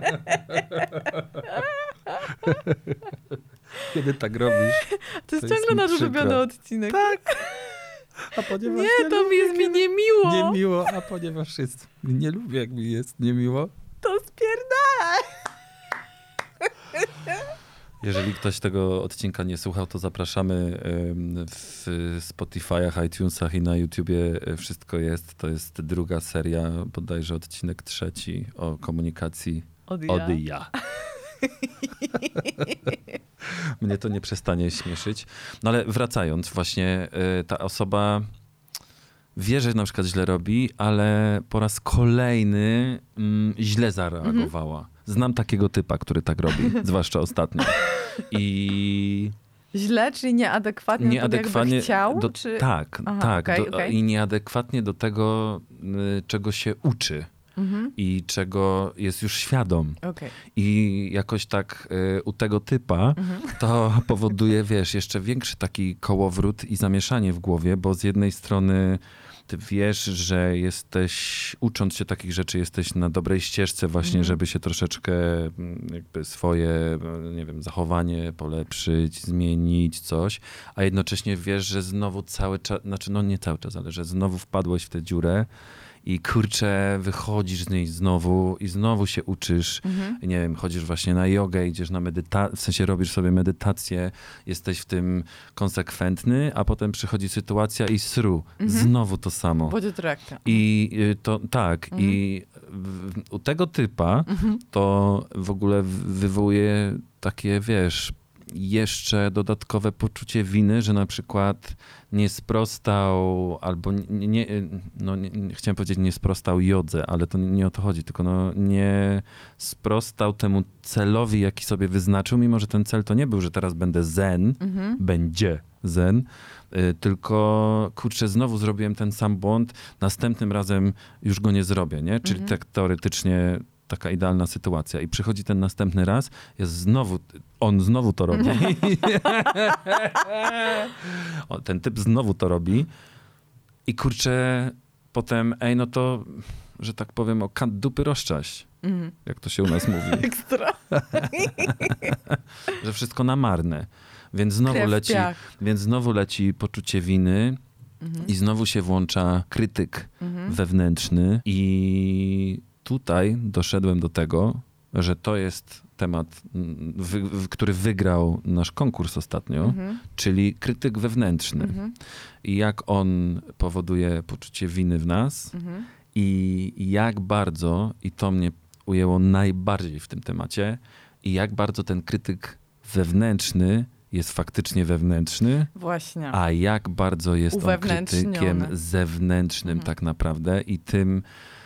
Kiedy tak robisz? To jest ciągle nasz ulubiony odcinek. Tak. A ponieważ nie, to jest mi niemiło. Niemiło, a ponieważ nie lubię, jak mi jest niemiło. To spierdalaj. Jeżeli ktoś tego odcinka nie słuchał, to zapraszamy w Spotify'ach, iTunesach i na YouTubie wszystko jest. To jest druga seria, bodajże odcinek 3 o komunikacji od ja. Mnie to nie przestanie śmieszyć. No ale wracając, właśnie ta osoba wie, że na przykład źle robi, ale po raz kolejny źle zareagowała. Znam takiego typa, który tak robi, zwłaszcza ostatnio. I... Źle, czyli nieadekwatnie do tego, jakby chciał? Czy... Tak, aha, tak. Okay. I nieadekwatnie do tego, czego się uczy. I czego jest już świadom. Okay. I jakoś tak u tego typa to powoduje, wiesz, jeszcze większy taki kołowrót i zamieszanie w głowie, bo z jednej strony ty wiesz, że ucząc się takich rzeczy, jesteś na dobrej ścieżce właśnie, żeby się troszeczkę jakby swoje, nie wiem, zachowanie polepszyć, zmienić coś, a jednocześnie wiesz, że znowu cały czas, znaczy no nie cały czas, ale że znowu wpadłeś w tę dziurę i kurczę, wychodzisz z niej znowu i znowu się uczysz. I nie wiem, chodzisz właśnie na jogę, idziesz na w sensie robisz sobie medytację, jesteś w tym konsekwentny, a potem przychodzi sytuacja i znowu to samo. Będzie trakcja. I to tak, i u tego typa to w ogóle wywołuje takie, wiesz, jeszcze dodatkowe poczucie winy, że na przykład nie sprostał, albo chciałem powiedzieć nie sprostał jodze, ale to nie o to chodzi, tylko nie sprostał temu celowi, jaki sobie wyznaczył, mimo że ten cel to nie był, że teraz będę zen, będzie zen, tylko kurczę, znowu zrobiłem ten sam błąd, następnym razem już go nie zrobię, nie? Czyli tak teoretycznie taka idealna sytuacja. I przychodzi ten następny raz, on znowu to robi. Ten typ znowu to robi. I kurczę, potem, no to, że tak powiem, o kant dupy rozczaść. Jak to się u nas mówi. Ekstra. Że wszystko na marne. Więc znowu leci poczucie winy i znowu się włącza krytyk wewnętrzny i tutaj doszedłem do tego, że to jest temat, który wygrał nasz konkurs ostatnio, czyli krytyk wewnętrzny. I jak on powoduje poczucie winy w nas i jak bardzo, i to mnie ujęło najbardziej w tym temacie, i jak bardzo ten krytyk wewnętrzny jest faktycznie wewnętrzny, właśnie, a jak bardzo jest on krytykiem zewnętrznym tak naprawdę i tym,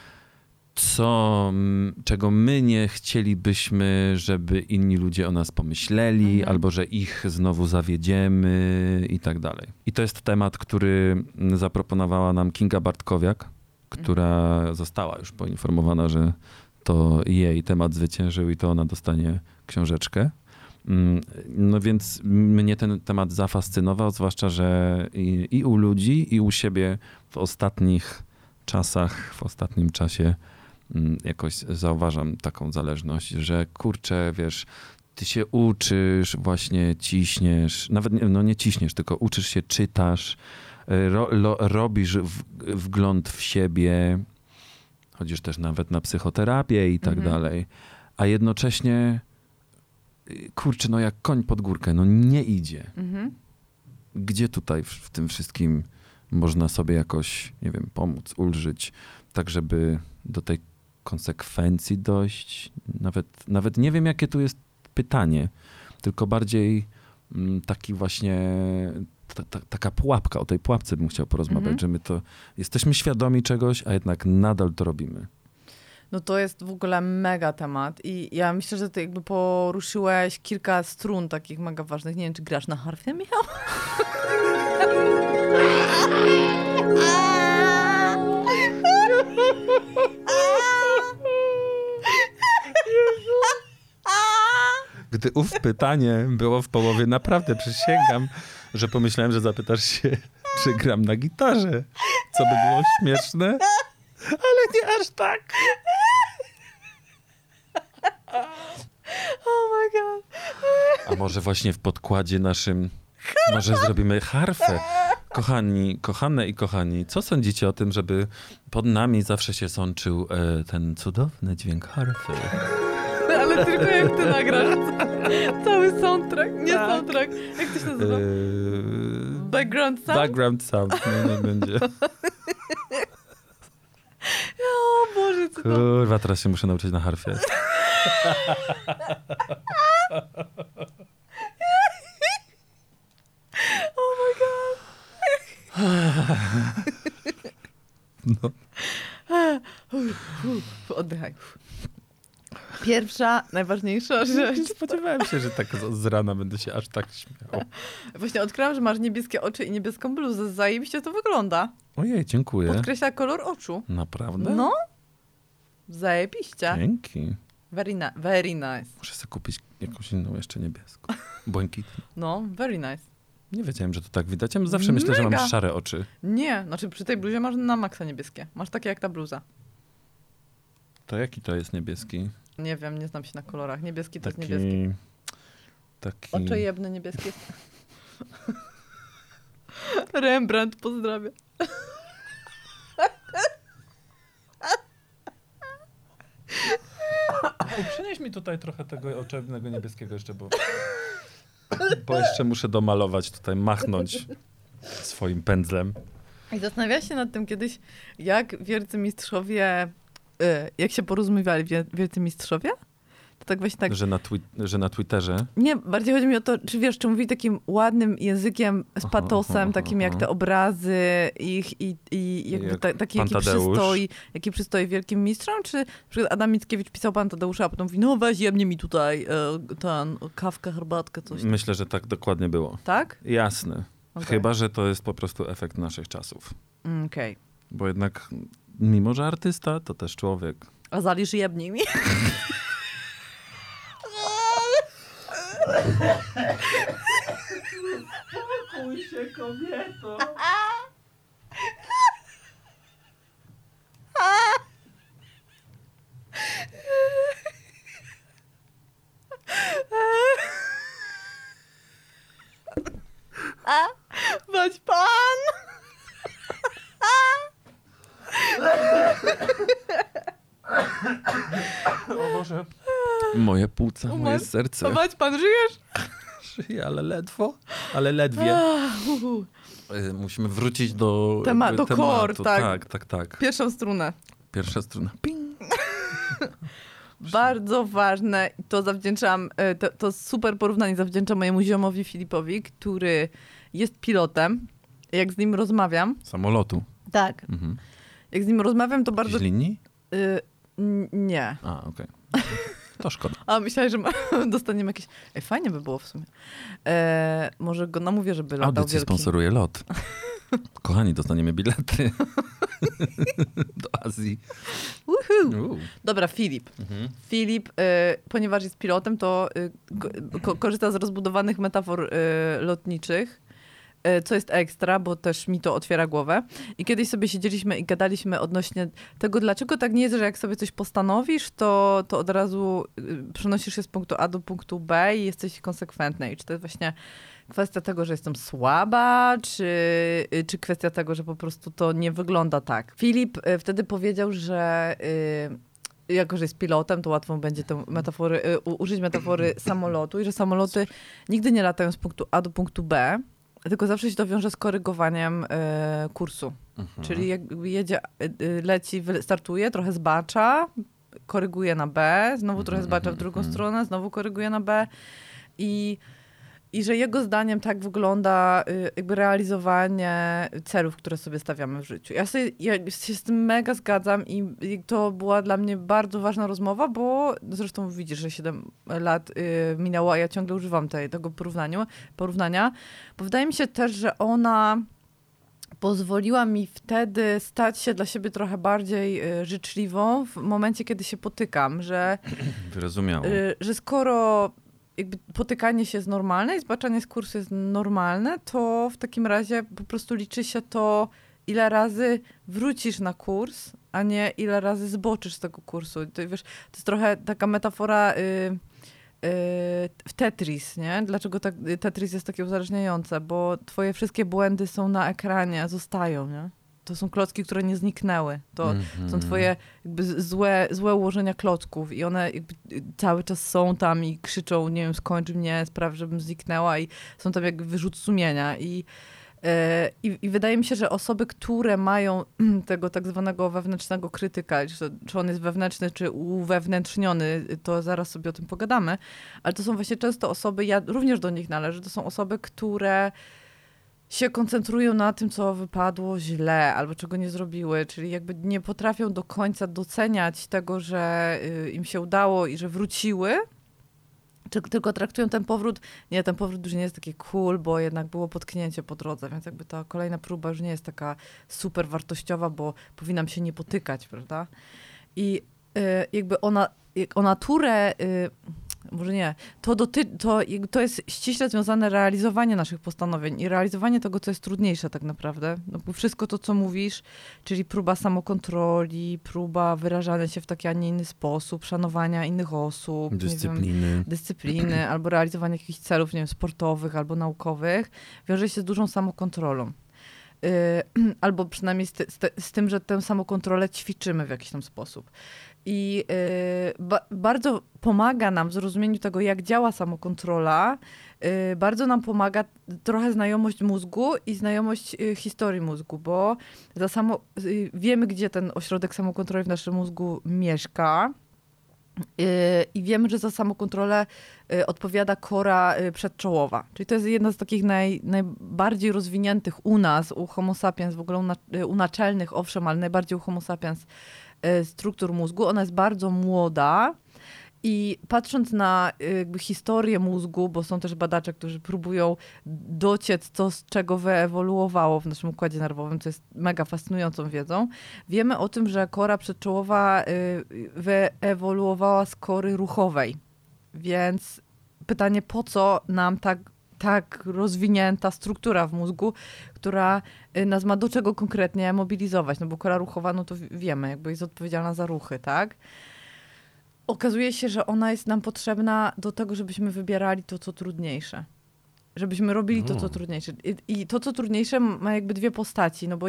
czego my nie chcielibyśmy, żeby inni ludzie o nas pomyśleli, albo że ich znowu zawiedziemy i tak dalej. I to jest temat, który zaproponowała nam Kinga Bartkowiak, która została już poinformowana, że to jej temat zwyciężył i to ona dostanie książeczkę. No więc mnie ten temat zafascynował, zwłaszcza, że i u ludzi, i u siebie w ostatnich czasach, w ostatnim czasie jakoś zauważam taką zależność, że kurczę, wiesz, ty się uczysz, właśnie ciśniesz, nawet nie ciśniesz, tylko uczysz się, czytasz, robisz wgląd w siebie, chodzisz też nawet na psychoterapię i tak dalej, a jednocześnie kurczę, jak koń pod górkę, nie idzie. Gdzie tutaj w tym wszystkim można sobie jakoś, nie wiem, pomóc, ulżyć, tak żeby do tej konsekwencji dojść? Nawet nie wiem, jakie tu jest pytanie, tylko bardziej taki właśnie taka pułapka, o tej pułapce bym chciał porozmawiać, że my to jesteśmy świadomi czegoś, a jednak nadal to robimy. No to jest w ogóle mega temat i ja myślę, że ty jakby poruszyłeś kilka strun takich mega ważnych. Nie wiem, czy grasz na harfie, Michał? Gdy pytanie było w połowie, naprawdę przysięgam, że pomyślałem, że zapytasz się, czy gram na gitarze. Co by było śmieszne, ale nie aż tak. Oh my god. A może właśnie w podkładzie naszym, może zrobimy harfę. Kochane i kochani, co sądzicie o tym, żeby pod nami zawsze się sączył ten cudowny dźwięk harfy? Ale tylko jak ty nagrasz cały soundtrack, nie soundtrack. Jak to się nazywa? Background sound? Background sound, nie będzie. O Boże, co to? Kurwa, teraz się muszę nauczyć na harfie. Oh my god. No. Oddychaj. Pierwsza, najważniejsza rzecz. Nie spodziewałem się, że tak z rana będę się aż tak śmiał. Właśnie odkryłam, że masz niebieskie oczy i niebieską bluzę. Zajebiście to wygląda. Ojej, dziękuję. Podkreśla kolor oczu. Naprawdę? No. Zajebiście. Dzięki. Very nice. Muszę sobie kupić jakąś inną jeszcze niebieską. Błękitną. No, very nice. Nie wiedziałem, że to tak widać. Ja zawsze myślę, że Mega. mam szare oczy. Nie, znaczy przy tej bluzie masz na maksa niebieskie. Masz takie jak ta bluza. To jaki to jest niebieski? Nie wiem, nie znam się na kolorach. Niebieski to jest Taki... niebieski. Taki... Oczojebny niebieski. Rembrandt, pozdrawiam. Przynieś mi tutaj trochę tego oczewnego niebieskiego jeszcze, bo jeszcze muszę domalować tutaj, machnąć swoim pędzlem. I zastanawiałeś się nad tym kiedyś, jak wielcy mistrzowie, jak się porozumiewali wielcy mistrzowie? To tak właśnie tak... Że na Twitterze? Nie, bardziej chodzi mi o to, czy wiesz, czy mówi takim ładnym językiem z patosem, takim jak te obrazy ich i jakby taki, jaki przystoi wielkim mistrzom, czy na przykład Adam Mickiewicz pisał Pan Tadeusza, a potem mówi, no weź jebnie mi tutaj kawkę, herbatkę, coś tam. Myślę, że tak dokładnie było. Tak? Jasne. Okay. Chyba, że to jest po prostu efekt naszych czasów. Okej. Bo jednak, mimo że artysta, to też człowiek. A Zalisz jebnij mi. Spokój się, kobieto. Bądź pan! O Boże. Moje płuca, moje serce. Bądź pan, żyjesz? Żyję, ale ledwo, ale ledwie. Musimy wrócić do tematu. Core, tak. Pierwszą strunę. Pierwsza struna. Ping. Bardzo ważne, to zawdzięczam, to super porównanie zawdzięczam mojemu ziomowi Filipowi, który jest pilotem. Jak z nim rozmawiam... Samolotu. Tak. Mhm. Jak z nim rozmawiam, to bardzo... Z linii? Nie. A, okej. To szkoda. A myślałem, że dostaniemy jakieś... fajnie by było w sumie. Może go namówię, żeby latał Audycję sponsoruje LOT. Kochani, dostaniemy bilety do Azji. Dobra, Filip. Filip, ponieważ jest pilotem, to korzysta z rozbudowanych metafor lotniczych, co jest ekstra, bo też mi to otwiera głowę. I kiedyś sobie siedzieliśmy i gadaliśmy odnośnie tego, dlaczego tak nie jest, że jak sobie coś postanowisz, to od razu przenosisz się z punktu A do punktu B i jesteś konsekwentny. I czy to jest właśnie kwestia tego, że jestem słaba, czy kwestia tego, że po prostu to nie wygląda tak. Filip wtedy powiedział, że jako, że jest pilotem, to łatwo będzie użyć metafory samolotu i że samoloty nigdy nie latają z punktu A do punktu B, tylko zawsze się to wiąże z korygowaniem kursu. Czyli jak startuje, trochę zbacza, koryguje na B, znowu trochę zbacza w drugą stronę, znowu koryguje na B i że jego zdaniem tak wygląda jakby realizowanie celów, które sobie stawiamy w życiu. Ja się z tym mega zgadzam i to była dla mnie bardzo ważna rozmowa, bo zresztą widzisz, że 7 lat minęło, a ja ciągle używam tego porównania, bo wydaje mi się też, że ona pozwoliła mi wtedy stać się dla siebie trochę bardziej życzliwą w momencie, kiedy się potykam, że Wyrozumiałe. Że skoro jakby potykanie się jest normalne i zbaczanie z kursu jest normalne, to w takim razie po prostu liczy się to, ile razy wrócisz na kurs, a nie ile razy zboczysz z tego kursu. To, wiesz, to jest trochę taka metafora w Tetris, nie? Dlaczego Tetris jest takie uzależniające? Bo twoje wszystkie błędy są na ekranie, zostają, nie? To są klocki, które nie zniknęły. To są twoje jakby złe ułożenia klocków i one jakby cały czas są tam i krzyczą, nie wiem, skończ mnie, spraw, żebym zniknęła i są tam jak wyrzut sumienia. I wydaje mi się, że osoby, które mają tego tak zwanego wewnętrznego krytyka, czy on jest wewnętrzny, czy uwewnętrzniony, to zaraz sobie o tym pogadamy, ale to są właśnie często osoby, ja również do nich należę, to są osoby, które się koncentrują na tym, co wypadło źle albo czego nie zrobiły, czyli jakby nie potrafią do końca doceniać tego, że im się udało i że wróciły, tylko traktują ten powrót już nie jest taki cool, bo jednak było potknięcie po drodze, więc jakby ta kolejna próba już nie jest taka super wartościowa, bo powinnam się nie potykać, prawda? I jakby o naturę, może nie, to jest ściśle związane realizowanie naszych postanowień i realizowanie tego, co jest trudniejsze tak naprawdę. No, bo wszystko to, co mówisz, czyli próba samokontroli, próba wyrażania się w taki, a nie inny sposób, szanowania innych osób. Dyscypliny, albo realizowania jakichś celów, nie wiem, sportowych albo naukowych, wiąże się z dużą samokontrolą. Albo przynajmniej z tym, że tę samokontrolę ćwiczymy w jakiś tam sposób. I bardzo pomaga nam w zrozumieniu tego, jak działa samokontrola. Bardzo nam pomaga trochę znajomość mózgu i znajomość historii mózgu, bo wiemy, gdzie ten ośrodek samokontroli w naszym mózgu mieszka. I wiemy, że za samokontrolę odpowiada kora przedczołowa. Czyli to jest jedna z takich najbardziej rozwiniętych u nas, u Homo sapiens, w ogóle u naczelnych, owszem, ale najbardziej u Homo sapiens struktur mózgu. Ona jest bardzo młoda i patrząc na jakby historię mózgu, bo są też badacze, którzy próbują dociec to, z czego wyewoluowało w naszym układzie nerwowym, co jest mega fascynującą wiedzą, wiemy o tym, że kora przedczołowa wyewoluowała z kory ruchowej. Więc pytanie, po co nam tak rozwinięta struktura w mózgu, która nas ma do czego konkretnie mobilizować, no bo kora ruchowa, no to wiemy, jakby jest odpowiedzialna za ruchy, tak? Okazuje się, że ona jest nam potrzebna do tego, żebyśmy wybierali to, co trudniejsze. Żebyśmy robili to, co trudniejsze. I to, co trudniejsze, ma jakby dwie postaci, no bo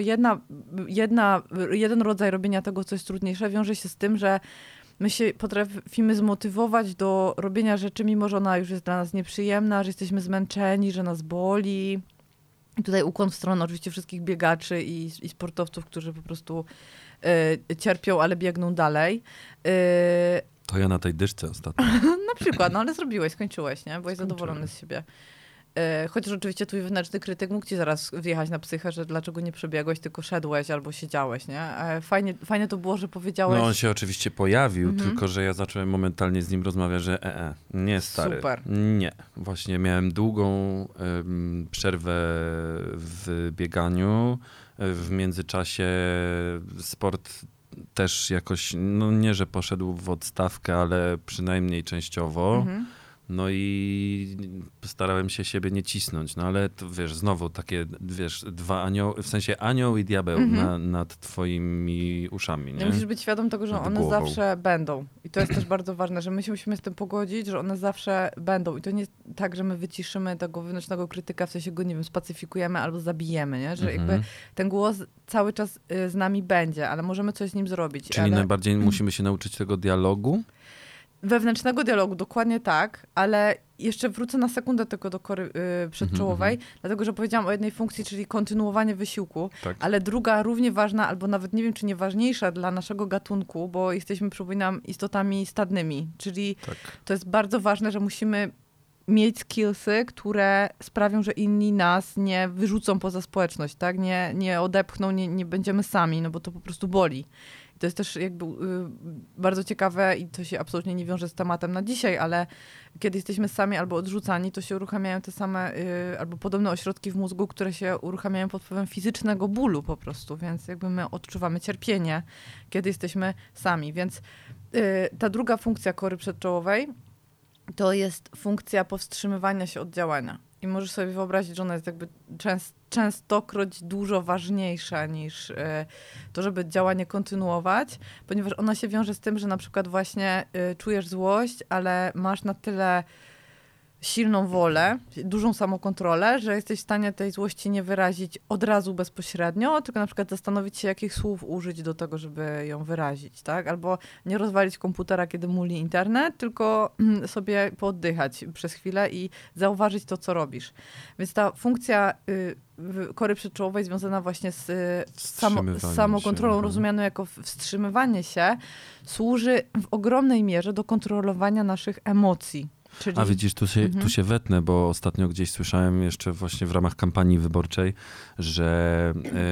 jeden rodzaj robienia tego, co jest trudniejsze, wiąże się z tym, że my się potrafimy zmotywować do robienia rzeczy, mimo że ona już jest dla nas nieprzyjemna, że jesteśmy zmęczeni, że nas boli. I tutaj ukłon w stronę oczywiście wszystkich biegaczy i sportowców, którzy po prostu cierpią, ale biegną dalej. To ja na tej dyszce ostatnio. Na przykład, no ale zrobiłeś, skończyłeś, nie? Byłeś zadowolony z siebie. Chociaż oczywiście twój wewnętrzny krytyk mógł ci zaraz wjechać na psychę, że dlaczego nie przebiegłeś, tylko szedłeś albo siedziałeś, nie? Fajnie to było, że powiedziałeś... No on się oczywiście pojawił, tylko że ja zacząłem momentalnie z nim rozmawiać, że nie stary. Super. Nie. Właśnie miałem długą przerwę w bieganiu. W międzyczasie sport też jakoś, no nie, że poszedł w odstawkę, ale przynajmniej częściowo. No i starałem się siebie nie cisnąć, no ale to, wiesz, znowu takie, wiesz, dwa anioły, w sensie anioł i diabeł nad twoimi uszami, nie? Musisz być świadom tego, że one zawsze będą. I to jest też bardzo ważne, że my się musimy z tym pogodzić, że one zawsze będą. I to nie jest tak, że my wyciszymy tego wewnętrznego krytyka, w sensie go, nie wiem, spacyfikujemy albo zabijemy, nie? Że jakby ten głos cały czas z nami będzie, ale możemy coś z nim zrobić. Czyli najbardziej musimy się nauczyć tego dialogu? Wewnętrznego dialogu, dokładnie tak, ale jeszcze wrócę na sekundę tylko do kory przedczołowej, dlatego, że powiedziałam o jednej funkcji, czyli kontynuowanie wysiłku, ale druga równie ważna, albo nawet nie wiem, czy nie ważniejsza dla naszego gatunku, bo jesteśmy, przypominam, istotami stadnymi, czyli to jest bardzo ważne, że musimy mieć skillsy, które sprawią, że inni nas nie wyrzucą poza społeczność, tak? Nie odepchną, nie będziemy sami, no bo to po prostu boli. To jest też jakby bardzo ciekawe i to się absolutnie nie wiąże z tematem na dzisiaj, ale kiedy jesteśmy sami albo odrzucani, to się uruchamiają te same albo podobne ośrodki w mózgu, które się uruchamiają pod wpływem fizycznego bólu po prostu, więc jakby my odczuwamy cierpienie, kiedy jesteśmy sami. Więc ta druga funkcja kory przedczołowej to jest funkcja powstrzymywania się od działania. I możesz sobie wyobrazić, że ona jest jakby częstokroć dużo ważniejsza niż to, żeby działanie kontynuować, ponieważ ona się wiąże z tym, że na przykład właśnie czujesz złość, ale masz na tyle silną wolę, dużą samokontrolę, że jesteś w stanie tej złości nie wyrazić od razu bezpośrednio, tylko na przykład zastanowić się, jakich słów użyć do tego, żeby ją wyrazić, tak? Albo nie rozwalić komputera, kiedy muli internet, tylko sobie pooddychać przez chwilę i zauważyć to, co robisz. Więc ta funkcja kory przedczołowej związana właśnie z samokontrolą, rozumianą jako wstrzymywanie się, służy w ogromnej mierze do kontrolowania naszych emocji. A widzisz, tu się wetnę, bo ostatnio gdzieś słyszałem jeszcze właśnie w ramach kampanii wyborczej, że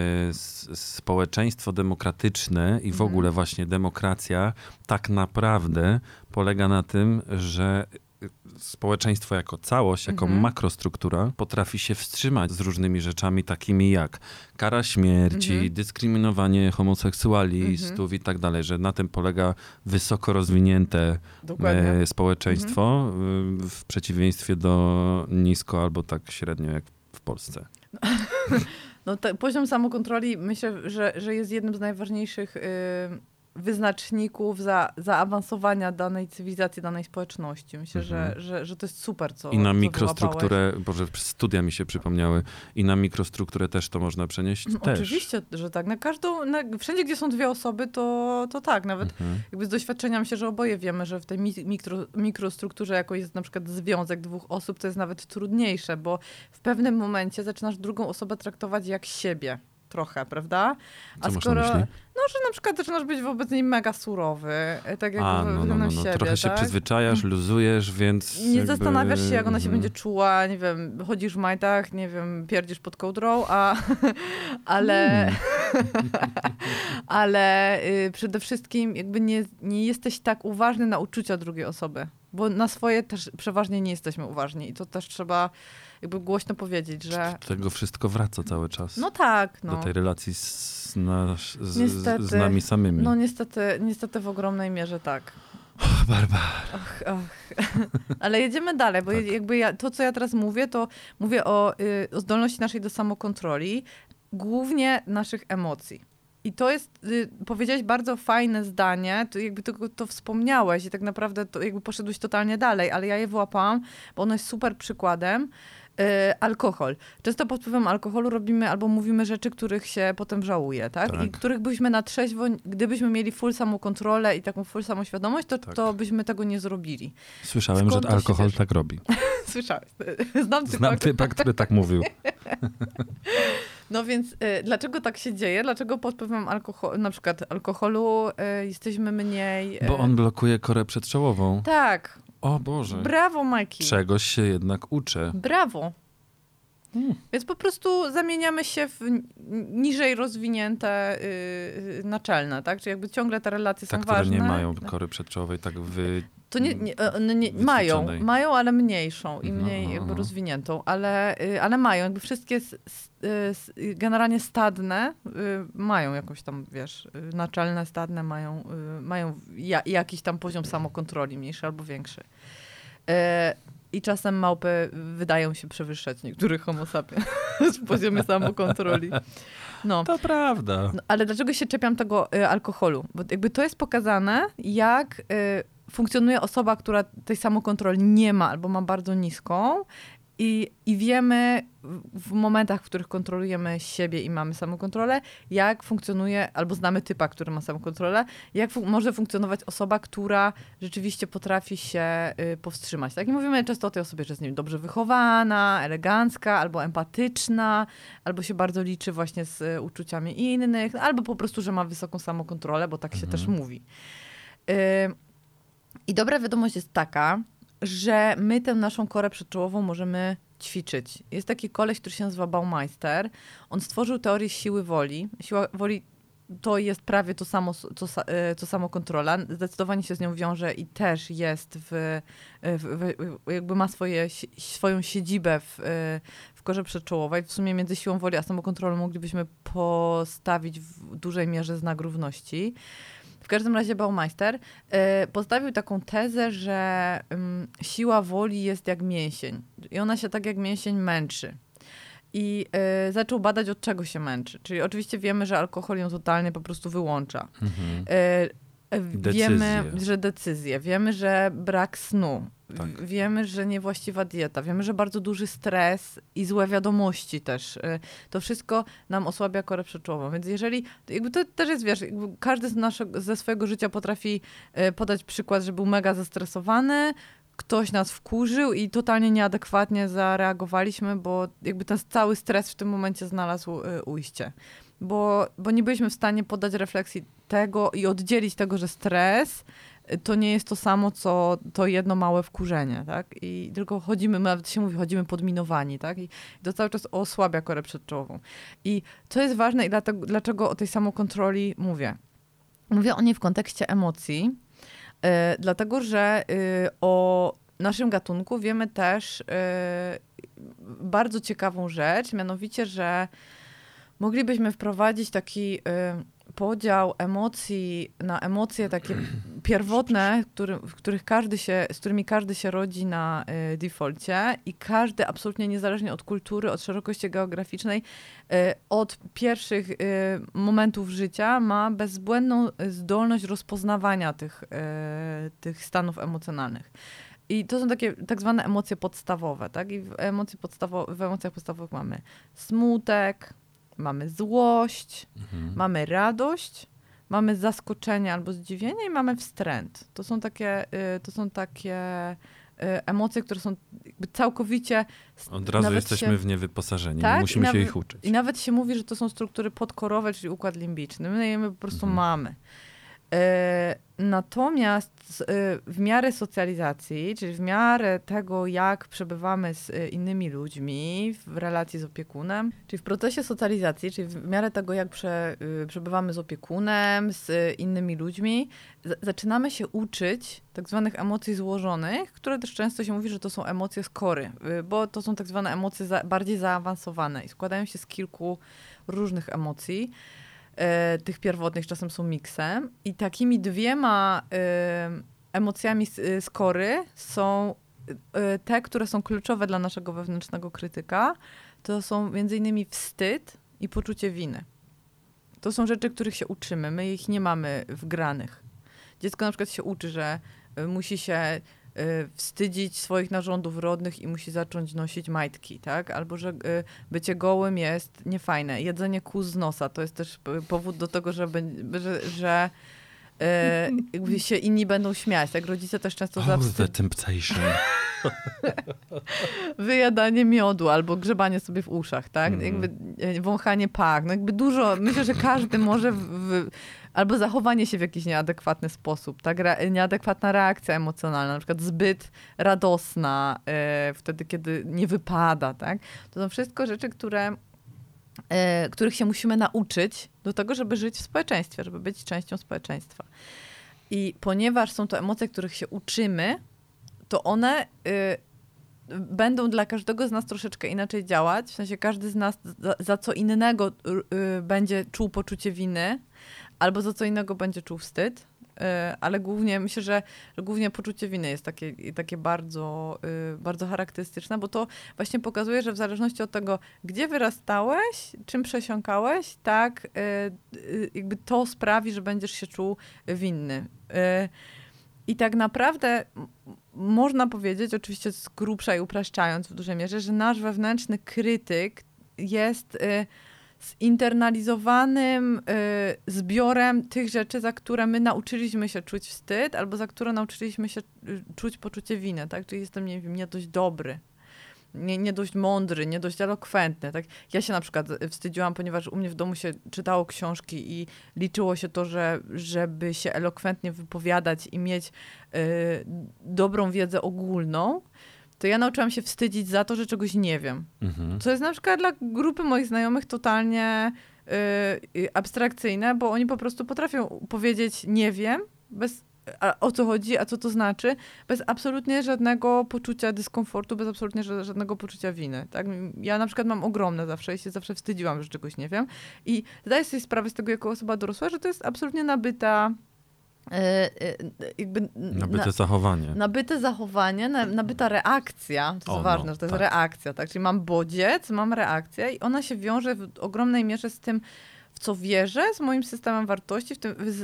społeczeństwo demokratyczne i w ogóle właśnie demokracja tak naprawdę polega na tym, że społeczeństwo jako całość, jako makrostruktura potrafi się wstrzymać z różnymi rzeczami takimi jak kara śmierci, dyskryminowanie homoseksualistów i tak dalej, że na tym polega wysoko rozwinięte społeczeństwo w przeciwieństwie do nisko albo tak średnio jak w Polsce. No, poziom samokontroli myślę, że jest jednym z najważniejszych wyznaczników zaawansowania danej cywilizacji, danej społeczności. Myślę, że to jest super, co I na mikrostrukturę, Boże, studia mi się przypomniały, i na mikrostrukturę też to można przenieść? Też. Oczywiście, że tak. Wszędzie, gdzie są dwie osoby, to tak. Nawet jakby z doświadczenia myślę, że oboje wiemy, że w tej mikrostrukturze, jaką jest na przykład związek dwóch osób, to jest nawet trudniejsze, bo w pewnym momencie zaczynasz drugą osobę traktować jak siebie. Trochę, prawda? Co masz na myśli? No, że na przykład zaczynasz być wobec niej mega surowy, tak jak względem siebie. Trochę się przyzwyczajasz, luzujesz, więc nie zastanawiasz się, jak ona się będzie czuła, nie wiem, chodzisz w majtach, nie wiem, pierdzisz pod kołdrą, ale przede wszystkim jakby nie jesteś tak uważny na uczucia drugiej osoby, bo na swoje też przeważnie nie jesteśmy uważni i to też trzeba jakby głośno powiedzieć, że... Do tego wszystko wraca cały czas. No tak, no. Do tej relacji z nami samymi. No niestety w ogromnej mierze tak. Barbara. Ale jedziemy dalej, bo jakby to, co ja teraz mówię, to mówię o zdolności naszej do samokontroli, głównie naszych emocji. I to jest, powiedziałeś bardzo fajne zdanie, to jakby to wspomniałeś i tak naprawdę to jakby poszedłeś totalnie dalej, ale ja je wyłapałam, bo ono jest super przykładem. Alkohol. Często pod wpływem alkoholu robimy albo mówimy rzeczy, których się potem żałuje, tak? I których byśmy na trzeźwo, gdybyśmy mieli full samokontrolę i taką full samoświadomość, to byśmy tego nie zrobili. Słyszałem, że alkohol tak robi. Słyszałeś. Znam typa, który tak mówił. No więc dlaczego tak się dzieje? Dlaczego pod wpływem na przykład alkoholu jesteśmy mniej... Bo on blokuje korę przedczołową. Tak. O Boże. Brawo, Majki. Czegoś się jednak uczę. Brawo. Więc po prostu zamieniamy się w niżej rozwinięte naczelne, tak? Czyli jakby ciągle te relacje są ważne. Które nie mają kory przedczołowej tak to nie mają, ale mniejszą i mniej jakby rozwiniętą, ale mają. Jakby wszystkie generalnie stadne mają jakąś tam, wiesz, naczelne stadne mają jakiś tam poziom samokontroli, mniejszy albo większy. I czasem małpy wydają się przewyższać niektórych homo sapiens w poziomie samokontroli. No. To prawda. No, ale dlaczego się czepiam tego alkoholu? Bo jakby to jest pokazane, jak funkcjonuje osoba, która tej samokontroli nie ma albo ma bardzo niską. I wiemy w momentach, w których kontrolujemy siebie i mamy samokontrolę, jak funkcjonuje, albo znamy typa, który ma samokontrolę, jak może funkcjonować osoba, która rzeczywiście potrafi się powstrzymać. Tak? I mówimy często o tej osobie, że jest, nie wiem, dobrze wychowana, elegancka, albo empatyczna, albo się bardzo liczy właśnie z uczuciami innych, albo po prostu, że ma wysoką samokontrolę, bo tak się też mówi. I dobra wiadomość jest taka, że my tę naszą korę przedczołową możemy ćwiczyć. Jest taki koleś, który się nazywa Baumeister. On stworzył teorię siły woli. Siła woli to jest prawie to samo, co samokontrola. Zdecydowanie się z nią wiąże i też jest jakby ma swoją siedzibę w korze przedczołowej. W sumie między siłą woli a samokontrolą moglibyśmy postawić w dużej mierze znak równości. W każdym razie Baumeister postawił taką tezę, że siła woli jest jak mięsień i ona się tak jak mięsień męczy. I zaczął badać, od czego się męczy. Czyli oczywiście wiemy, że alkohol ją totalnie po prostu wyłącza. Wiemy, że decyzje. Wiemy, że brak snu. Tak. Wiemy, że niewłaściwa dieta. Wiemy, że bardzo duży stres i złe wiadomości też. To wszystko nam osłabia korę przedczołową. Więc jeżeli, jakby to też jest, wiesz, każdy ze swojego życia potrafi podać przykład, że był mega zestresowany, ktoś nas wkurzył i totalnie nieadekwatnie zareagowaliśmy, bo jakby ten cały stres w tym momencie znalazł ujście. Bo nie byliśmy w stanie poddać refleksji tego i oddzielić tego, że stres to nie jest to samo, co to jedno małe wkurzenie, tak? I tylko chodzimy, nawet się mówi, chodzimy podminowani, tak? I to cały czas osłabia korę przedczołową. I to jest ważne i dlaczego o tej samokontroli mówię. Mówię o niej w kontekście emocji, dlatego, że o naszym gatunku wiemy też bardzo ciekawą rzecz, mianowicie, że moglibyśmy wprowadzić taki podział emocji na emocje takie pierwotne, z którymi każdy się rodzi na defaulcie i każdy absolutnie niezależnie od kultury, od szerokości geograficznej, od pierwszych momentów życia ma bezbłędną zdolność rozpoznawania tych stanów emocjonalnych. I to są takie tak zwane emocje podstawowe, tak? I w emocjach podstawowych mamy smutek, mamy złość, mamy radość, mamy zaskoczenie albo zdziwienie i mamy wstręt. To są takie emocje, które są jakby całkowicie... Od razu jesteśmy w nie wyposażeni, tak? Nie musimy się ich uczyć. I nawet się mówi, że to są struktury podkorowe, czyli układ limbiczny. My je po prostu mamy. Natomiast w miarę socjalizacji, czyli w miarę tego, jak przebywamy z innymi ludźmi w relacji z opiekunem, czyli w procesie socjalizacji, czyli w miarę tego, jak przebywamy z opiekunem, z innymi ludźmi, zaczynamy się uczyć tak zwanych emocji złożonych, które też często się mówi, że to są emocje z kory, bo to są tak zwane emocje bardziej zaawansowane i składają się z kilku różnych emocji. Tych pierwotnych czasem są miksem i takimi dwiema emocjami z kory są te, które są kluczowe dla naszego wewnętrznego krytyka. To są między innymi wstyd i poczucie winy. To są rzeczy, których się uczymy. My ich nie mamy wgranych. Dziecko na przykład się uczy, że musi się wstydzić swoich narządów rodnych i musi zacząć nosić majtki, tak? Albo, że bycie gołym jest niefajne. Jedzenie kół z nosa to jest też powód do tego, że jakby się inni będą śmiać, tak? Rodzice też często the temptation. Wyjadanie miodu albo grzebanie sobie w uszach, tak? Jakby wąchanie pach. No jakby dużo, myślę, że każdy może albo zachowanie się w jakiś nieadekwatny sposób, tak? Nieadekwatna reakcja emocjonalna, na przykład zbyt radosna wtedy, kiedy nie wypada, tak? To są wszystko rzeczy, których się musimy nauczyć do tego, żeby żyć w społeczeństwie, żeby być częścią społeczeństwa. I ponieważ są to emocje, których się uczymy, to one będą dla każdego z nas troszeczkę inaczej działać. W sensie każdy z nas za co innego będzie czuł poczucie winy, albo za co innego będzie czuł wstyd. Ale głównie, myślę, że głównie poczucie winy jest takie bardzo, bardzo charakterystyczne, bo to właśnie pokazuje, że w zależności od tego, gdzie wyrastałeś, czym przesiąkałeś, tak, jakby to sprawi, że będziesz się czuł winny. I tak naprawdę można powiedzieć, oczywiście z grubsza i upraszczając w dużej mierze, że nasz wewnętrzny krytyk jest zinternalizowanym zbiorem tych rzeczy, za które my nauczyliśmy się czuć wstyd, albo za które nauczyliśmy się czuć poczucie winy, tak? Czyli jestem, nie wiem, nie dość dobry, nie dość mądry, nie dość elokwentny, tak? Ja się na przykład wstydziłam, ponieważ u mnie w domu się czytało książki i liczyło się to, żeby się elokwentnie wypowiadać i mieć dobrą wiedzę ogólną, to ja nauczyłam się wstydzić za to, że czegoś nie wiem. Co jest na przykład dla grupy moich znajomych totalnie abstrakcyjne, bo oni po prostu potrafią powiedzieć nie wiem, o co chodzi, a co to znaczy, bez absolutnie żadnego poczucia dyskomfortu, bez absolutnie żadnego poczucia winy. Tak? Ja na przykład mam ogromne zawsze i się zawsze wstydziłam, że czegoś nie wiem. I zdaję sobie sprawę z tego jako osoba dorosła, że to jest absolutnie nabyta jakby Nabyte zachowanie. Nabyte zachowanie, nabyta reakcja, to jest ważne, że to jest reakcja, tak? Czyli mam bodziec, mam reakcję i ona się wiąże w ogromnej mierze z tym, w co wierzę, z moim systemem wartości,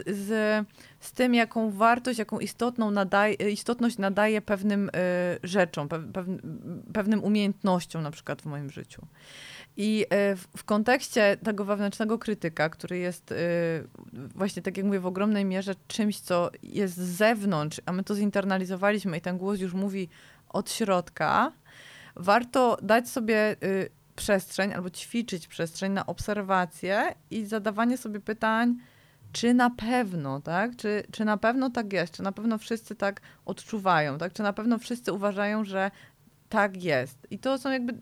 z tym, jaką wartość, jaką istotność nadaje pewnym rzeczom, pewnym umiejętnościom na przykład w moim życiu. I w kontekście tego wewnętrznego krytyka, który jest właśnie, tak jak mówię, w ogromnej mierze czymś, co jest z zewnątrz, a my to zinternalizowaliśmy i ten głos już mówi od środka, warto dać sobie przestrzeń albo ćwiczyć przestrzeń na obserwację i zadawanie sobie pytań, czy na pewno, tak? Czy na pewno tak jest? Czy na pewno wszyscy tak odczuwają, tak? Czy na pewno wszyscy uważają, że tak jest? I to są jakby...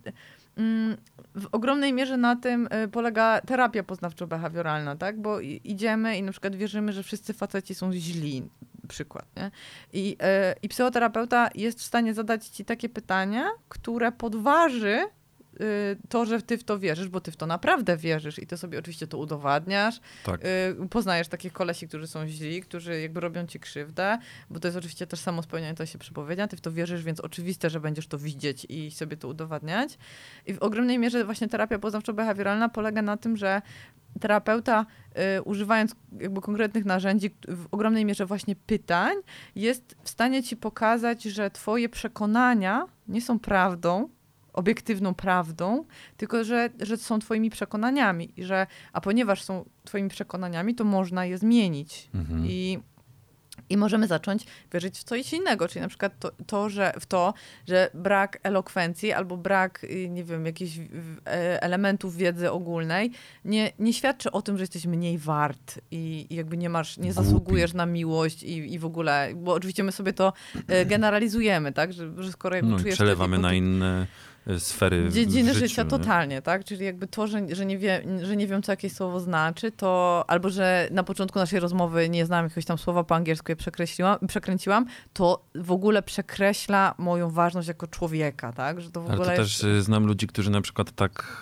W ogromnej mierze na tym polega terapia poznawczo-behawioralna, tak? Bo idziemy i na przykład wierzymy, że wszyscy faceci są źli, przykład, nie? I psychoterapeuta jest w stanie zadać ci takie pytania, które podważy to, że ty w to wierzysz, bo ty w to naprawdę wierzysz i ty sobie oczywiście to udowadniasz. Tak. Poznajesz takich kolesi, którzy są źli, którzy jakby robią ci krzywdę, bo to jest oczywiście też samo spełniająca się przepowiednia. Ty w to wierzysz, więc oczywiste, że będziesz to widzieć i sobie to udowadniać. I w ogromnej mierze właśnie terapia poznawczo-behawioralna polega na tym, że terapeuta, używając jakby konkretnych narzędzi, w ogromnej mierze właśnie pytań, jest w stanie ci pokazać, że twoje przekonania nie są prawdą, obiektywną prawdą, tylko że są twoimi przekonaniami. A ponieważ są twoimi przekonaniami, to można je zmienić. Mhm. I możemy zacząć wierzyć w coś innego, czyli na przykład że brak elokwencji albo brak, nie wiem, jakichś elementów wiedzy ogólnej nie świadczy o tym, że jesteś mniej wart i jakby nie zasługujesz na miłość i w ogóle, bo oczywiście my sobie to generalizujemy, tak, że skoro jakby czujesz... Przelewamy na inne sfery dziedziny życiu, życia, totalnie, tak? Czyli jakby to, że nie wiem, co jakieś słowo znaczy, to albo że na początku naszej rozmowy nie znam jakiegoś tam słowa po angielsku, je przekręciłam, to w ogóle przekreśla moją ważność jako człowieka, tak? Że to w ogóle ale to też znam ludzi, którzy na przykład tak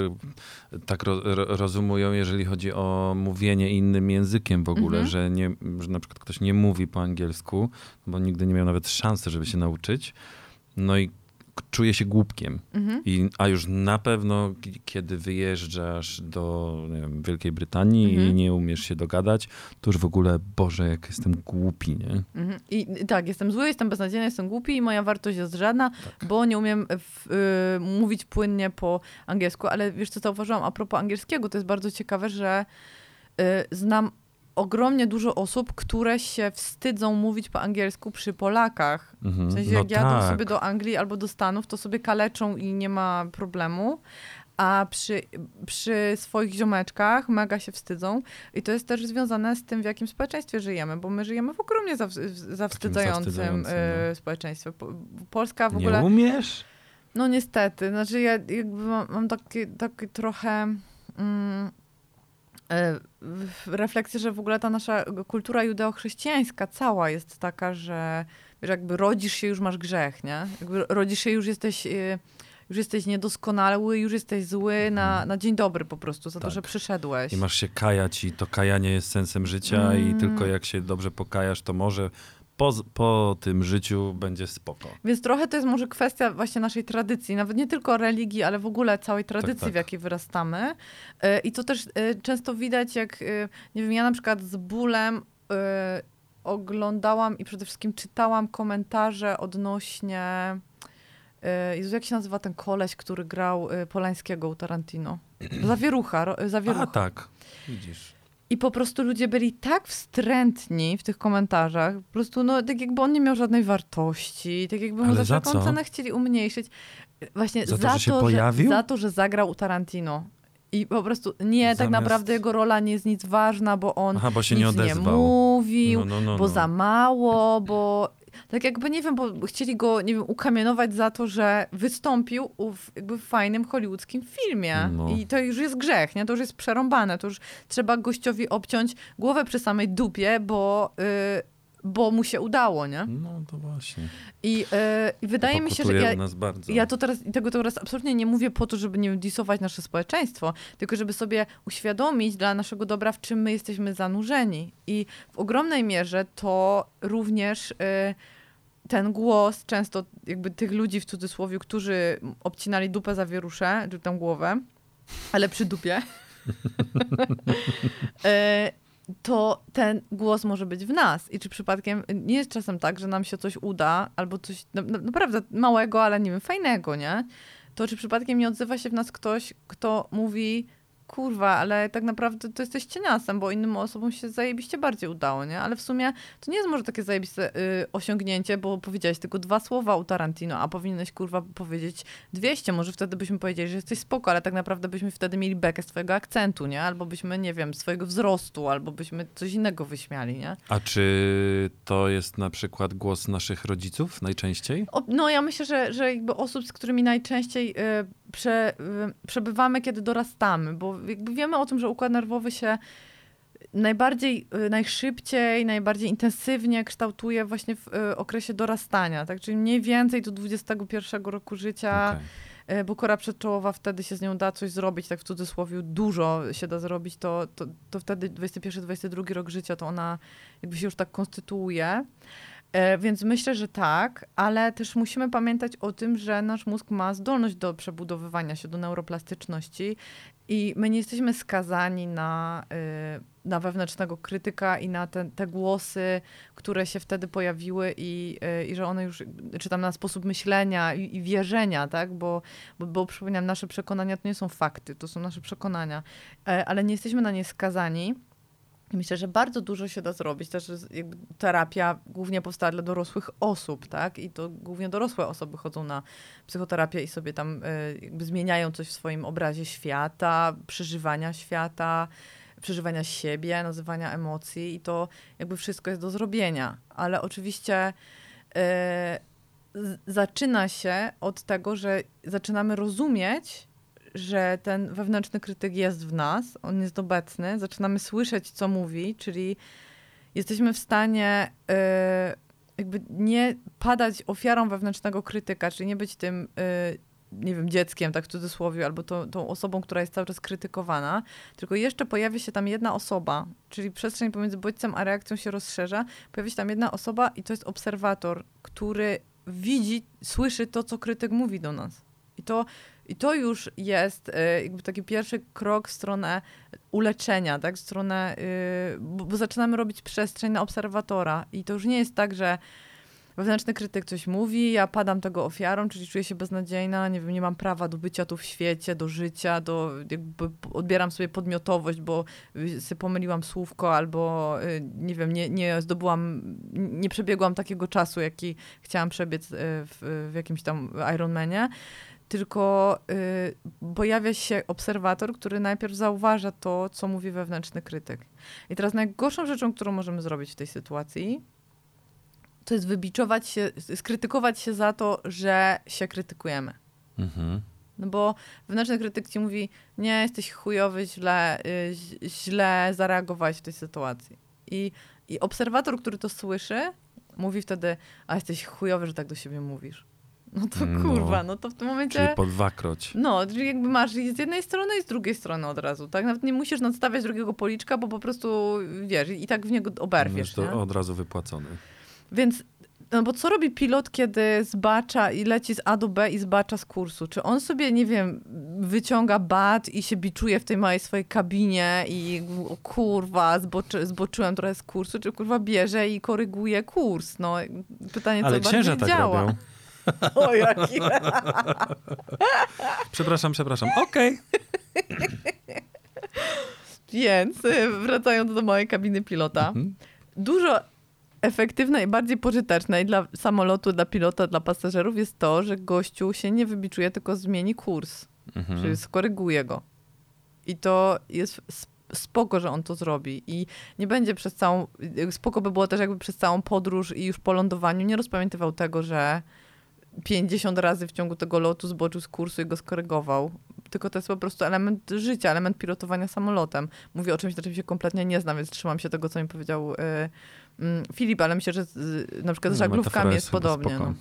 rozumują, jeżeli chodzi o mówienie innym językiem w ogóle, że na przykład ktoś nie mówi po angielsku, bo nigdy nie miał nawet szansy, żeby się nauczyć. No i czuje się głupkiem. A już na pewno, kiedy wyjeżdżasz do, nie wiem, Wielkiej Brytanii i nie umiesz się dogadać, to już w ogóle, Boże, jak jestem głupi, nie? I tak, jestem zły, jestem beznadziejny, jestem głupi i moja wartość jest żadna, bo nie umiem mówić płynnie po angielsku. Ale wiesz, co zauważyłam a propos angielskiego? To jest bardzo ciekawe, że znam ogromnie dużo osób, które się wstydzą mówić po angielsku przy Polakach. W sensie, jak jadą sobie do Anglii albo do Stanów, to sobie kaleczą i nie ma problemu. A przy swoich ziomeczkach mega się wstydzą. I to jest też związane z tym, w jakim społeczeństwie żyjemy, bo my żyjemy w ogromnie zawstydzającym społeczeństwie. Polska w ogóle... Nie umiesz? No niestety. Znaczy ja jakby mam taki trochę... refleksję, że w ogóle ta nasza kultura judeo-chrześcijańska cała jest taka, że wiesz, jakby rodzisz się, już masz grzech, nie? Jakby rodzisz się, już jesteś niedoskonały, już jesteś zły na dzień dobry po prostu, za to, że przyszedłeś. I masz się kajać i to kajanie jest sensem życia i tylko jak się dobrze pokajasz, to może po tym życiu będzie spoko. Więc trochę to jest może kwestia właśnie naszej tradycji, nawet nie tylko religii, ale w ogóle całej tradycji, w jakiej wyrastamy. I to też często widać, jak, nie wiem, ja na przykład z bólem oglądałam i przede wszystkim czytałam komentarze odnośnie... Jezu, jak się nazywa ten koleś, który grał Polańskiego u Tarantino? Zawierucha. A tak, widzisz. I po prostu ludzie byli tak wstrętni w tych komentarzach, po prostu no, tak jakby on nie miał żadnej wartości, tak jakby mu za wszelką cenę chcieli umniejszyć. Właśnie za to, że zagrał u Tarantino. I po prostu tak naprawdę jego rola nie jest nic ważna, bo on bo się nic nie mówił, bo za mało, bo... Tak jakby, nie wiem, bo chcieli go, nie wiem, ukamienować za to, że wystąpił w fajnym hollywoodzkim filmie. I to już jest grzech, nie? To już jest przerąbane. To już trzeba gościowi obciąć głowę przy samej dupie, bo bo mu się udało, nie? No to właśnie. I wydaje mi się, że ja tego teraz absolutnie nie mówię po to, żeby nie disować nasze społeczeństwo, tylko żeby sobie uświadomić dla naszego dobra, w czym my jesteśmy zanurzeni. I w ogromnej mierze to również ten głos często jakby tych ludzi w cudzysłowie, którzy obcinali dupę za wieruszę, czy tę głowę, ale przy dupie, to ten głos może być w nas. I czy przypadkiem nie jest czasem tak, że nam się coś uda, albo coś naprawdę małego, ale nie wiem, fajnego, nie? To czy przypadkiem nie odzywa się w nas ktoś, kto mówi, kurwa, ale tak naprawdę to jesteś cieniasem, bo innym osobom się zajebiście bardziej udało, nie? Ale w sumie to nie jest może takie zajebiste osiągnięcie, bo powiedziałeś tylko 2 słowa u Tarantino, a powinieneś, kurwa, powiedzieć 200. Może wtedy byśmy powiedzieli, że jesteś spoko, ale tak naprawdę byśmy wtedy mieli bekę swojego akcentu, nie? Albo byśmy, nie wiem, swojego wzrostu, albo byśmy coś innego wyśmiali, nie? A czy to jest na przykład głos naszych rodziców najczęściej? No ja myślę, że jakby osób, z którymi najczęściej przebywamy, kiedy dorastamy, bo jakby wiemy o tym, że układ nerwowy się najszybciej, najbardziej intensywnie kształtuje właśnie w okresie dorastania, tak? Czyli mniej więcej do 21 roku życia, bo kora przedczołowa, wtedy się z nią da coś zrobić, tak w cudzysłowie dużo się da zrobić, to wtedy 21-22 rok życia, to ona jakby się już tak konstytuuje. Więc myślę, że tak, ale też musimy pamiętać o tym, że nasz mózg ma zdolność do przebudowywania się, do neuroplastyczności i my nie jesteśmy skazani na wewnętrznego krytyka i na te głosy, które się wtedy pojawiły i że one już, czy tam na sposób myślenia i wierzenia, tak? Bo przypominam, nasze przekonania to nie są fakty, to są nasze przekonania, ale nie jesteśmy na nie skazani. Myślę, że bardzo dużo się da zrobić. Też jakby terapia głównie powstała dla dorosłych osób, tak? I to głównie dorosłe osoby chodzą na psychoterapię i sobie tam jakby zmieniają coś w swoim obrazie świata, przeżywania siebie, nazywania emocji i to jakby wszystko jest do zrobienia. Ale oczywiście zaczyna się od tego, że zaczynamy rozumieć, że ten wewnętrzny krytyk jest w nas, on jest obecny, zaczynamy słyszeć, co mówi, czyli jesteśmy w stanie jakby nie padać ofiarą wewnętrznego krytyka, czyli nie być tym, nie wiem, dzieckiem, tak w cudzysłowie, albo tą osobą, która jest cały czas krytykowana, tylko jeszcze pojawia się tam jedna osoba, czyli przestrzeń pomiędzy bodźcem a reakcją się rozszerza, pojawia się tam jedna osoba i to jest obserwator, który widzi, słyszy to, co krytyk mówi do nas. I to już jest jakby taki pierwszy krok w stronę uleczenia, tak? W stronę, bo zaczynamy robić przestrzeń na obserwatora. I to już nie jest tak, że wewnętrzny krytyk coś mówi, ja padam tego ofiarą, czyli czuję się beznadziejna, nie wiem, nie mam prawa do bycia tu w świecie, do życia, jakby odbieram sobie podmiotowość, bo sobie pomyliłam słówko albo nie wiem, nie przebiegłam takiego czasu, jaki chciałam przebiec w jakimś tam Ironmanie. Tylko pojawia się obserwator, który najpierw zauważa to, co mówi wewnętrzny krytyk. I teraz najgorszą rzeczą, którą możemy zrobić w tej sytuacji, to jest wybiczować się, skrytykować się za to, że się krytykujemy. Mhm. No bo wewnętrzny krytyk ci mówi, nie, jesteś chujowy, źle zareagowałeś w tej sytuacji. I obserwator, który to słyszy, mówi wtedy, a jesteś chujowy, że tak do siebie mówisz. No to kurwa, no to w tym momencie... Czyli po dwakroć. No, czyli jakby masz z jednej strony i z drugiej strony od razu, tak? Nawet nie musisz nadstawiać drugiego policzka, bo po prostu, wiesz, i tak w niego oberwiesz, to od razu wypłacony. Więc, no bo co robi pilot, kiedy zbacza i leci z A do B i zbacza z kursu? Czy on sobie, nie wiem, wyciąga bat i się biczuje w tej małej swojej kabinie i o kurwa, zboczyłem trochę z kursu, czy kurwa bierze i koryguje kurs? No, pytanie, co ale bardziej księża tak działa. robią. O, jaki... Przepraszam. Okej. Więc wracając do mojej kabiny pilota, dużo efektywne i bardziej pożyteczne i dla samolotu, dla pilota, dla pasażerów jest to, że gościu się nie wybiczuje, tylko zmieni kurs. Czyli skoryguje go. I to jest spoko, że on to zrobi. I nie będzie spoko by było też jakby przez całą podróż i już po lądowaniu nie rozpamiętywał tego, że 50 razy w ciągu tego lotu zboczył z kursu i go skorygował. Tylko to jest po prostu element życia, element pilotowania samolotem. Mówię o czymś, na czym się kompletnie nie znam, więc trzymam się tego, co mi powiedział Filip, ale myślę, że na przykład z żaglówkami jest podobnie. No.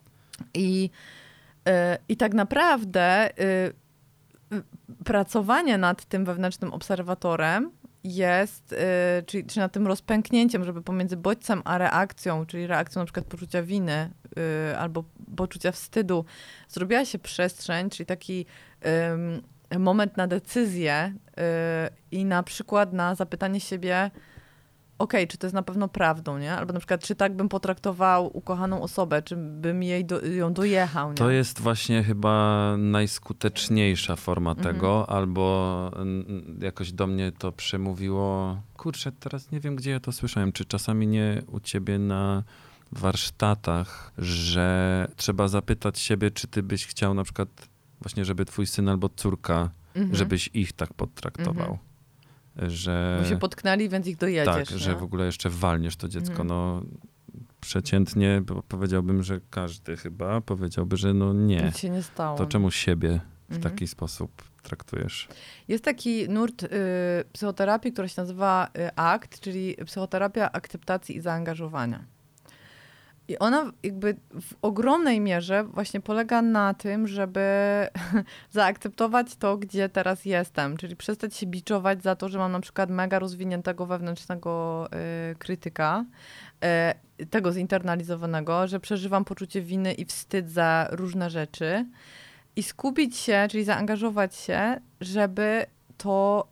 I tak naprawdę pracowanie nad tym wewnętrznym obserwatorem jest, czyli nad tym rozpęknięciem, żeby pomiędzy bodźcem a reakcją, czyli reakcją na przykład poczucia winy albo poczucia wstydu, zrobiła się przestrzeń, czyli taki moment na decyzję i na przykład na zapytanie siebie, okej, czy to jest na pewno prawdą, nie? Albo na przykład, czy tak bym potraktował ukochaną osobę, czy bym ją dojechał, nie? To jest właśnie chyba najskuteczniejsza forma tego, albo jakoś do mnie to przemówiło. Kurczę, teraz nie wiem, gdzie ja to słyszałem. Czy czasami nie u ciebie na warsztatach, że trzeba zapytać siebie, czy ty byś chciał na przykład właśnie, żeby twój syn albo córka, żebyś ich tak potraktował. Że... Bo się potknęli, więc ich dojedziesz. Tak, że w ogóle jeszcze walniesz to dziecko. No przeciętnie powiedziałbym, że każdy chyba powiedziałby, że no nie. Nic się nie stało. To czemu siebie w taki sposób traktujesz? Jest taki nurt psychoterapii, która się nazywa ACT, czyli psychoterapia akceptacji i zaangażowania. I ona jakby w ogromnej mierze właśnie polega na tym, żeby zaakceptować to, gdzie teraz jestem. Czyli przestać się biczować za to, że mam na przykład mega rozwiniętego wewnętrznego krytyka, tego zinternalizowanego, że przeżywam poczucie winy i wstyd za różne rzeczy. I skupić się, czyli zaangażować się, żeby to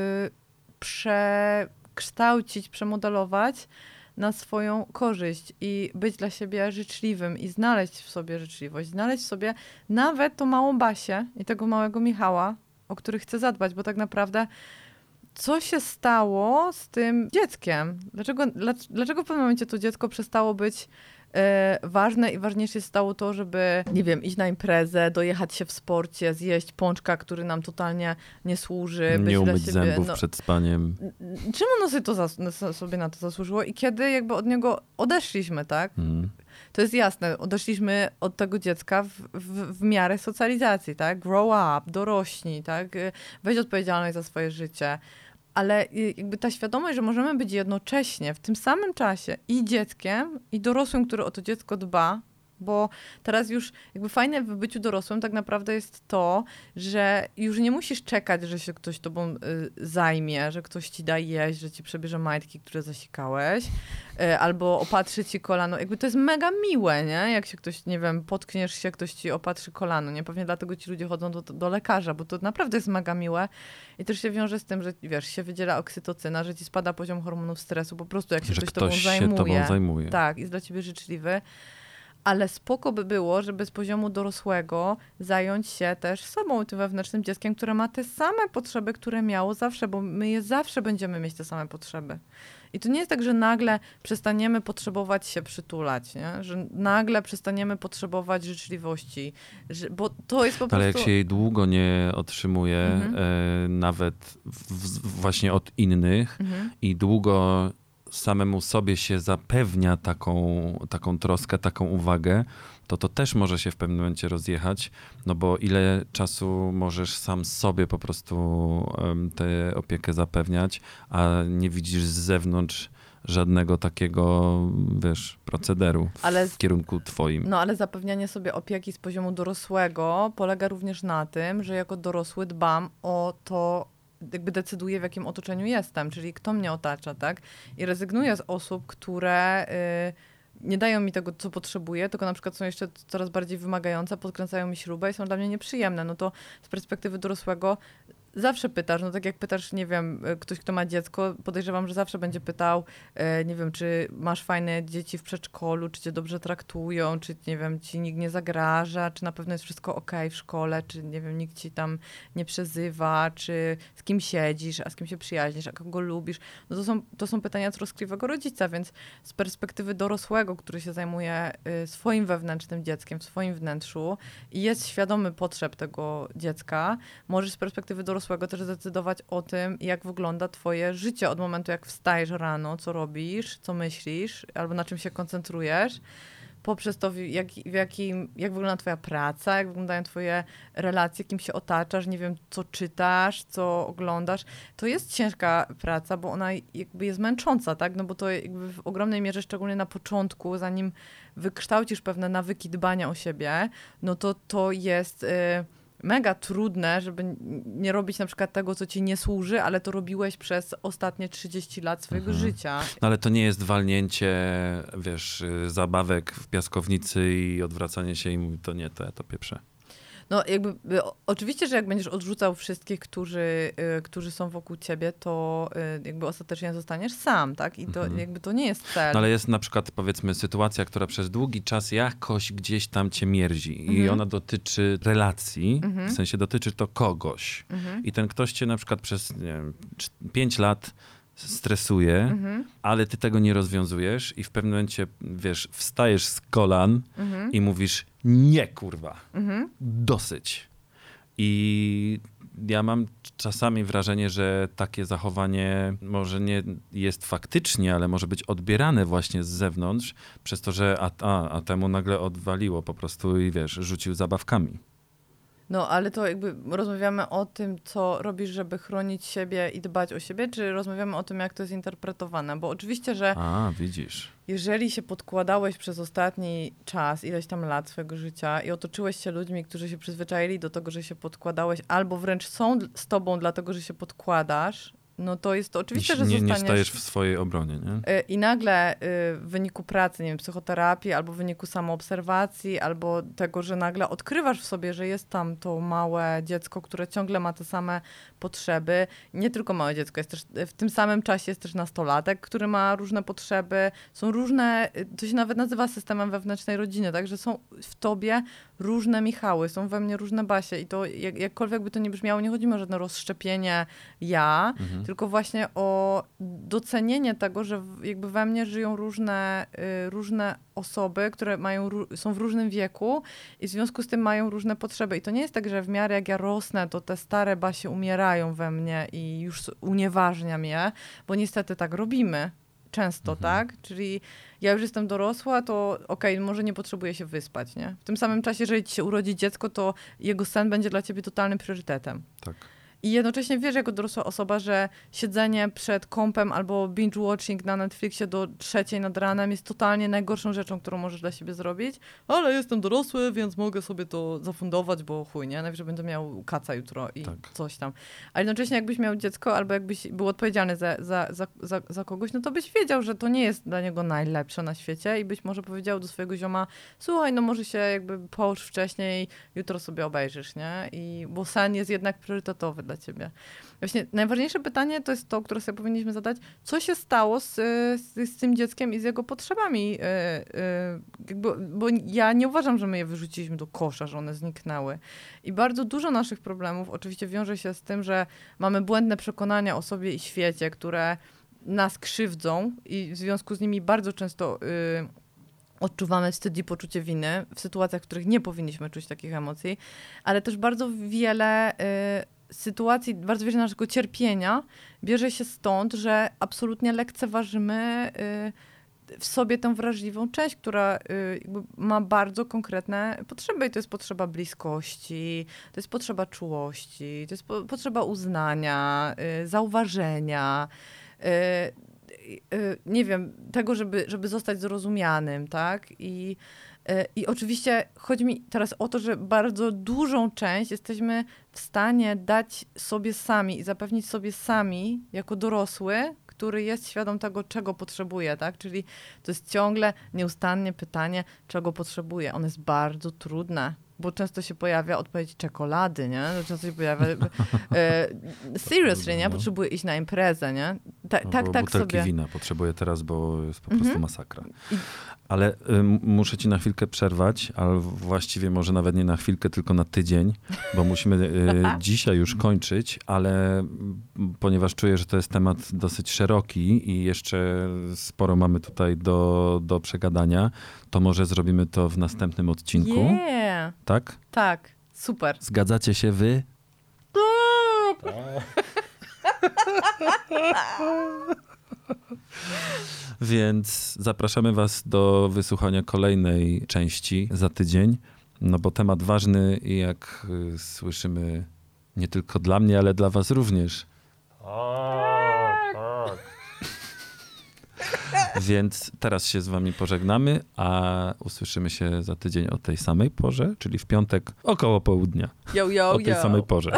przekształcić, przemodelować na swoją korzyść i być dla siebie życzliwym i znaleźć w sobie życzliwość, znaleźć w sobie nawet tą małą Basię i tego małego Michała, o który chcę zadbać, bo tak naprawdę co się stało z tym dzieckiem? Dlaczego w pewnym momencie to dziecko przestało być ważne i ważniejsze się stało to, żeby, nie wiem, iść na imprezę, dojechać się w sporcie, zjeść pączka, który nam totalnie nie służy. Nie umyć zębów przed spaniem. Czemu sobie na to zasłużyło i kiedy jakby od niego odeszliśmy, tak? To jest jasne, odeszliśmy od tego dziecka w miarę socjalizacji, tak? Grow up, dorośnij, tak? Weź odpowiedzialność za swoje życie. Ale jakby ta świadomość, że możemy być jednocześnie w tym samym czasie i dzieckiem, i dorosłym, który o to dziecko dba, bo teraz już jakby fajne w byciu dorosłym tak naprawdę jest to, że już nie musisz czekać, że się ktoś tobą zajmie, że ktoś ci da jeść, że ci przebierze majtki, które zasikałeś, albo opatrzy ci kolano. Jakby to jest mega miłe, nie? Jak się ktoś, nie wiem, potkniesz się, ktoś ci opatrzy kolano, nie? Pewnie dlatego ci ludzie chodzą do lekarza, bo to naprawdę jest mega miłe i też się wiąże z tym, że wiesz, się wydziela oksytocyna, że ci spada poziom hormonów stresu, po prostu jak się ktoś tobą zajmuje. Tak, jest dla ciebie życzliwy. Ale spoko by było, żeby z poziomu dorosłego zająć się też sobą, tym wewnętrznym dzieckiem, które ma te same potrzeby, które miało zawsze, bo my zawsze będziemy mieć te same potrzeby. I to nie jest tak, że nagle przestaniemy potrzebować się przytulać, nie? Że nagle przestaniemy potrzebować życzliwości, bo to jest po prostu... Ale jak się jej długo nie otrzymuje, nawet właśnie od innych i długo samemu sobie się zapewnia taką troskę, taką uwagę, to też może się w pewnym momencie rozjechać, no bo ile czasu możesz sam sobie po prostu tę opiekę zapewniać, a nie widzisz z zewnątrz żadnego takiego, wiesz, procederu w kierunku twoim. No ale zapewnianie sobie opieki z poziomu dorosłego polega również na tym, że jako dorosły dbam o to, jakby decyduję, w jakim otoczeniu jestem, czyli kto mnie otacza, tak? I rezygnuję z osób, które nie dają mi tego, co potrzebuję, tylko na przykład są jeszcze coraz bardziej wymagające, podkręcają mi śrubę i są dla mnie nieprzyjemne. No to z perspektywy dorosłego zawsze pytasz, no tak jak pytasz, nie wiem, ktoś, kto ma dziecko, podejrzewam, że zawsze będzie pytał, nie wiem, czy masz fajne dzieci w przedszkolu, czy cię dobrze traktują, czy, nie wiem, ci nikt nie zagraża, czy na pewno jest wszystko okej w szkole, czy, nie wiem, nikt ci tam nie przezywa, czy z kim siedzisz, a z kim się przyjaźnisz, a kogo lubisz. No to są pytania troskliwego rodzica, więc z perspektywy dorosłego, który się zajmuje swoim wewnętrznym dzieckiem, w swoim wnętrzu i jest świadomy potrzeb tego dziecka, możesz z perspektywy dorosłego też zdecydować o tym, jak wygląda twoje życie od momentu, jak wstajesz rano, co robisz, co myślisz, albo na czym się koncentrujesz, poprzez to, jak wygląda twoja praca, jak wyglądają twoje relacje, kim się otaczasz, nie wiem, co czytasz, co oglądasz. To jest ciężka praca, bo ona jakby jest męcząca, tak? No bo to jakby w ogromnej mierze, szczególnie na początku, zanim wykształcisz pewne nawyki dbania o siebie, no to jest mega trudne, żeby nie robić na przykład tego, co ci nie służy, ale to robiłeś przez ostatnie 30 lat swojego życia. No ale to nie jest walnięcie, zabawek w piaskownicy i odwracanie się i mówi, to nie, to ja to pieprzę. No jakby oczywiście, że jak będziesz odrzucał wszystkich, którzy są wokół ciebie, to jakby ostatecznie zostaniesz sam, tak? I to jakby to nie jest cel. No ale jest na przykład, powiedzmy, sytuacja, która przez długi czas jakoś gdzieś tam cię mierzi i ona dotyczy relacji, w sensie dotyczy to kogoś. I ten ktoś cię na przykład przez, nie wiem, 5 lat stresuje, ale ty tego nie rozwiązujesz i w pewnym momencie, wstajesz z kolan i mówisz, nie kurwa, dosyć. I ja mam czasami wrażenie, że takie zachowanie może nie jest faktycznie, ale może być odbierane właśnie z zewnątrz przez to, że a temu nagle odwaliło po prostu i rzucił zabawkami. No, ale to jakby rozmawiamy o tym, co robisz, żeby chronić siebie i dbać o siebie, czy rozmawiamy o tym, jak to jest interpretowane? Bo oczywiście, że widzisz. Jeżeli się podkładałeś przez ostatni czas, ileś tam lat swojego życia i otoczyłeś się ludźmi, którzy się przyzwyczaili do tego, że się podkładałeś, albo wręcz są z tobą dlatego, że się podkładasz, no to jest to oczywiste, że zostaniesz... Nie stajesz w swojej obronie, nie? I nagle w wyniku pracy, nie wiem, psychoterapii, albo w wyniku samoobserwacji, albo tego, że nagle odkrywasz w sobie, że jest tam to małe dziecko, które ciągle ma te same potrzeby. Nie tylko małe dziecko, jest też w tym samym czasie jest też nastolatek, który ma różne potrzeby. Są różne, to się nawet nazywa systemem wewnętrznej rodziny, także są w tobie różne Michały, są we mnie różne Basie i to jakkolwiek by to nie brzmiało, nie chodzi mi o żadne rozszczepienie tylko właśnie o docenienie tego, że jakby we mnie żyją różne osoby, które są w różnym wieku i w związku z tym mają różne potrzeby. I to nie jest tak, że w miarę jak ja rosnę, to te stare Basie umierają we mnie i już unieważniam je, bo niestety tak robimy. Często, tak? Czyli ja już jestem dorosła, to okej, może nie potrzebuję się wyspać, nie? W tym samym czasie, jeżeli ci się urodzi dziecko, to jego sen będzie dla ciebie totalnym priorytetem. Tak. I jednocześnie wiesz jako dorosła osoba, że siedzenie przed kompem albo binge-watching na Netflixie do 3:00 nad ranem jest totalnie najgorszą rzeczą, którą możesz dla siebie zrobić, ale jestem dorosły, więc mogę sobie to zafundować, bo chuj, nie? Najwyżej będę miał kaca jutro i coś tam. A jednocześnie jakbyś miał dziecko albo jakbyś był odpowiedzialny za kogoś, no to byś wiedział, że to nie jest dla niego najlepsze na świecie i byś może powiedział do swojego zioma, słuchaj, no może się jakby połóż wcześniej, jutro sobie obejrzysz, nie? Bo sen jest jednak priorytetowy dla ciebie. Właśnie najważniejsze pytanie to jest to, które sobie powinniśmy zadać, co się stało z tym dzieckiem i z jego potrzebami. Bo ja nie uważam, że my je wyrzuciliśmy do kosza, że one zniknęły. I bardzo dużo naszych problemów oczywiście wiąże się z tym, że mamy błędne przekonania o sobie i świecie, które nas krzywdzą i w związku z nimi bardzo często odczuwamy wstyd i poczucie winy w sytuacjach, w których nie powinniśmy czuć takich emocji, ale też bardzo wiele sytuacji, bardzo wiele naszego cierpienia bierze się stąd, że absolutnie lekceważymy w sobie tę wrażliwą część, która jakby ma bardzo konkretne potrzeby. I to jest potrzeba bliskości, to jest potrzeba czułości, to jest potrzeba uznania, zauważenia, nie wiem, tego, żeby zostać zrozumianym, tak? I oczywiście chodzi mi teraz o to, że bardzo dużą część jesteśmy w stanie dać sobie sami i zapewnić sobie sami jako dorosły, który jest świadom tego, czego potrzebuje, tak? Czyli to jest ciągle, nieustannie pytanie, czego potrzebuje. Ono jest bardzo trudne, bo często się pojawia odpowiedź czekolady, nie? Często się pojawia seriously, nie? Potrzebuję iść na imprezę, nie? Tak butelki sobie. Wina potrzebuję teraz, bo jest po prostu masakra. Ale muszę ci na chwilkę przerwać, ale właściwie może nawet nie na chwilkę, tylko na tydzień, bo musimy dzisiaj już kończyć, ale ponieważ czuję, że to jest temat dosyć szeroki i jeszcze sporo mamy tutaj do przegadania, to może zrobimy to w następnym odcinku. Yeah. Tak? Tak, super. Zgadzacie się wy? Więc zapraszamy was do wysłuchania kolejnej części za tydzień, no bo temat ważny i jak słyszymy nie tylko dla mnie, ale dla was również. Więc teraz się z wami pożegnamy, a usłyszymy się za tydzień o tej samej porze, czyli w piątek około południa. O tej samej porze.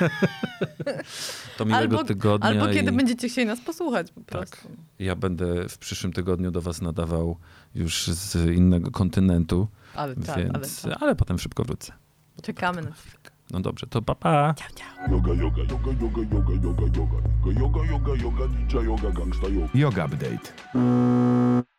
To miłego tygodnia. Albo kiedy będziecie chcieli nas posłuchać po prostu. Tak. Ja będę w przyszłym tygodniu do was nadawał już z innego kontynentu, ale potem szybko wrócę. Czekamy na chwilkę. No dobrze, to pa pa. Ciao, ciao. Yoga, yoga, yoga, yoga, yoga, yoga, yoga, yoga, yoga, yoga, yoga, ninja yoga, gangsta yoga. Yoga Update.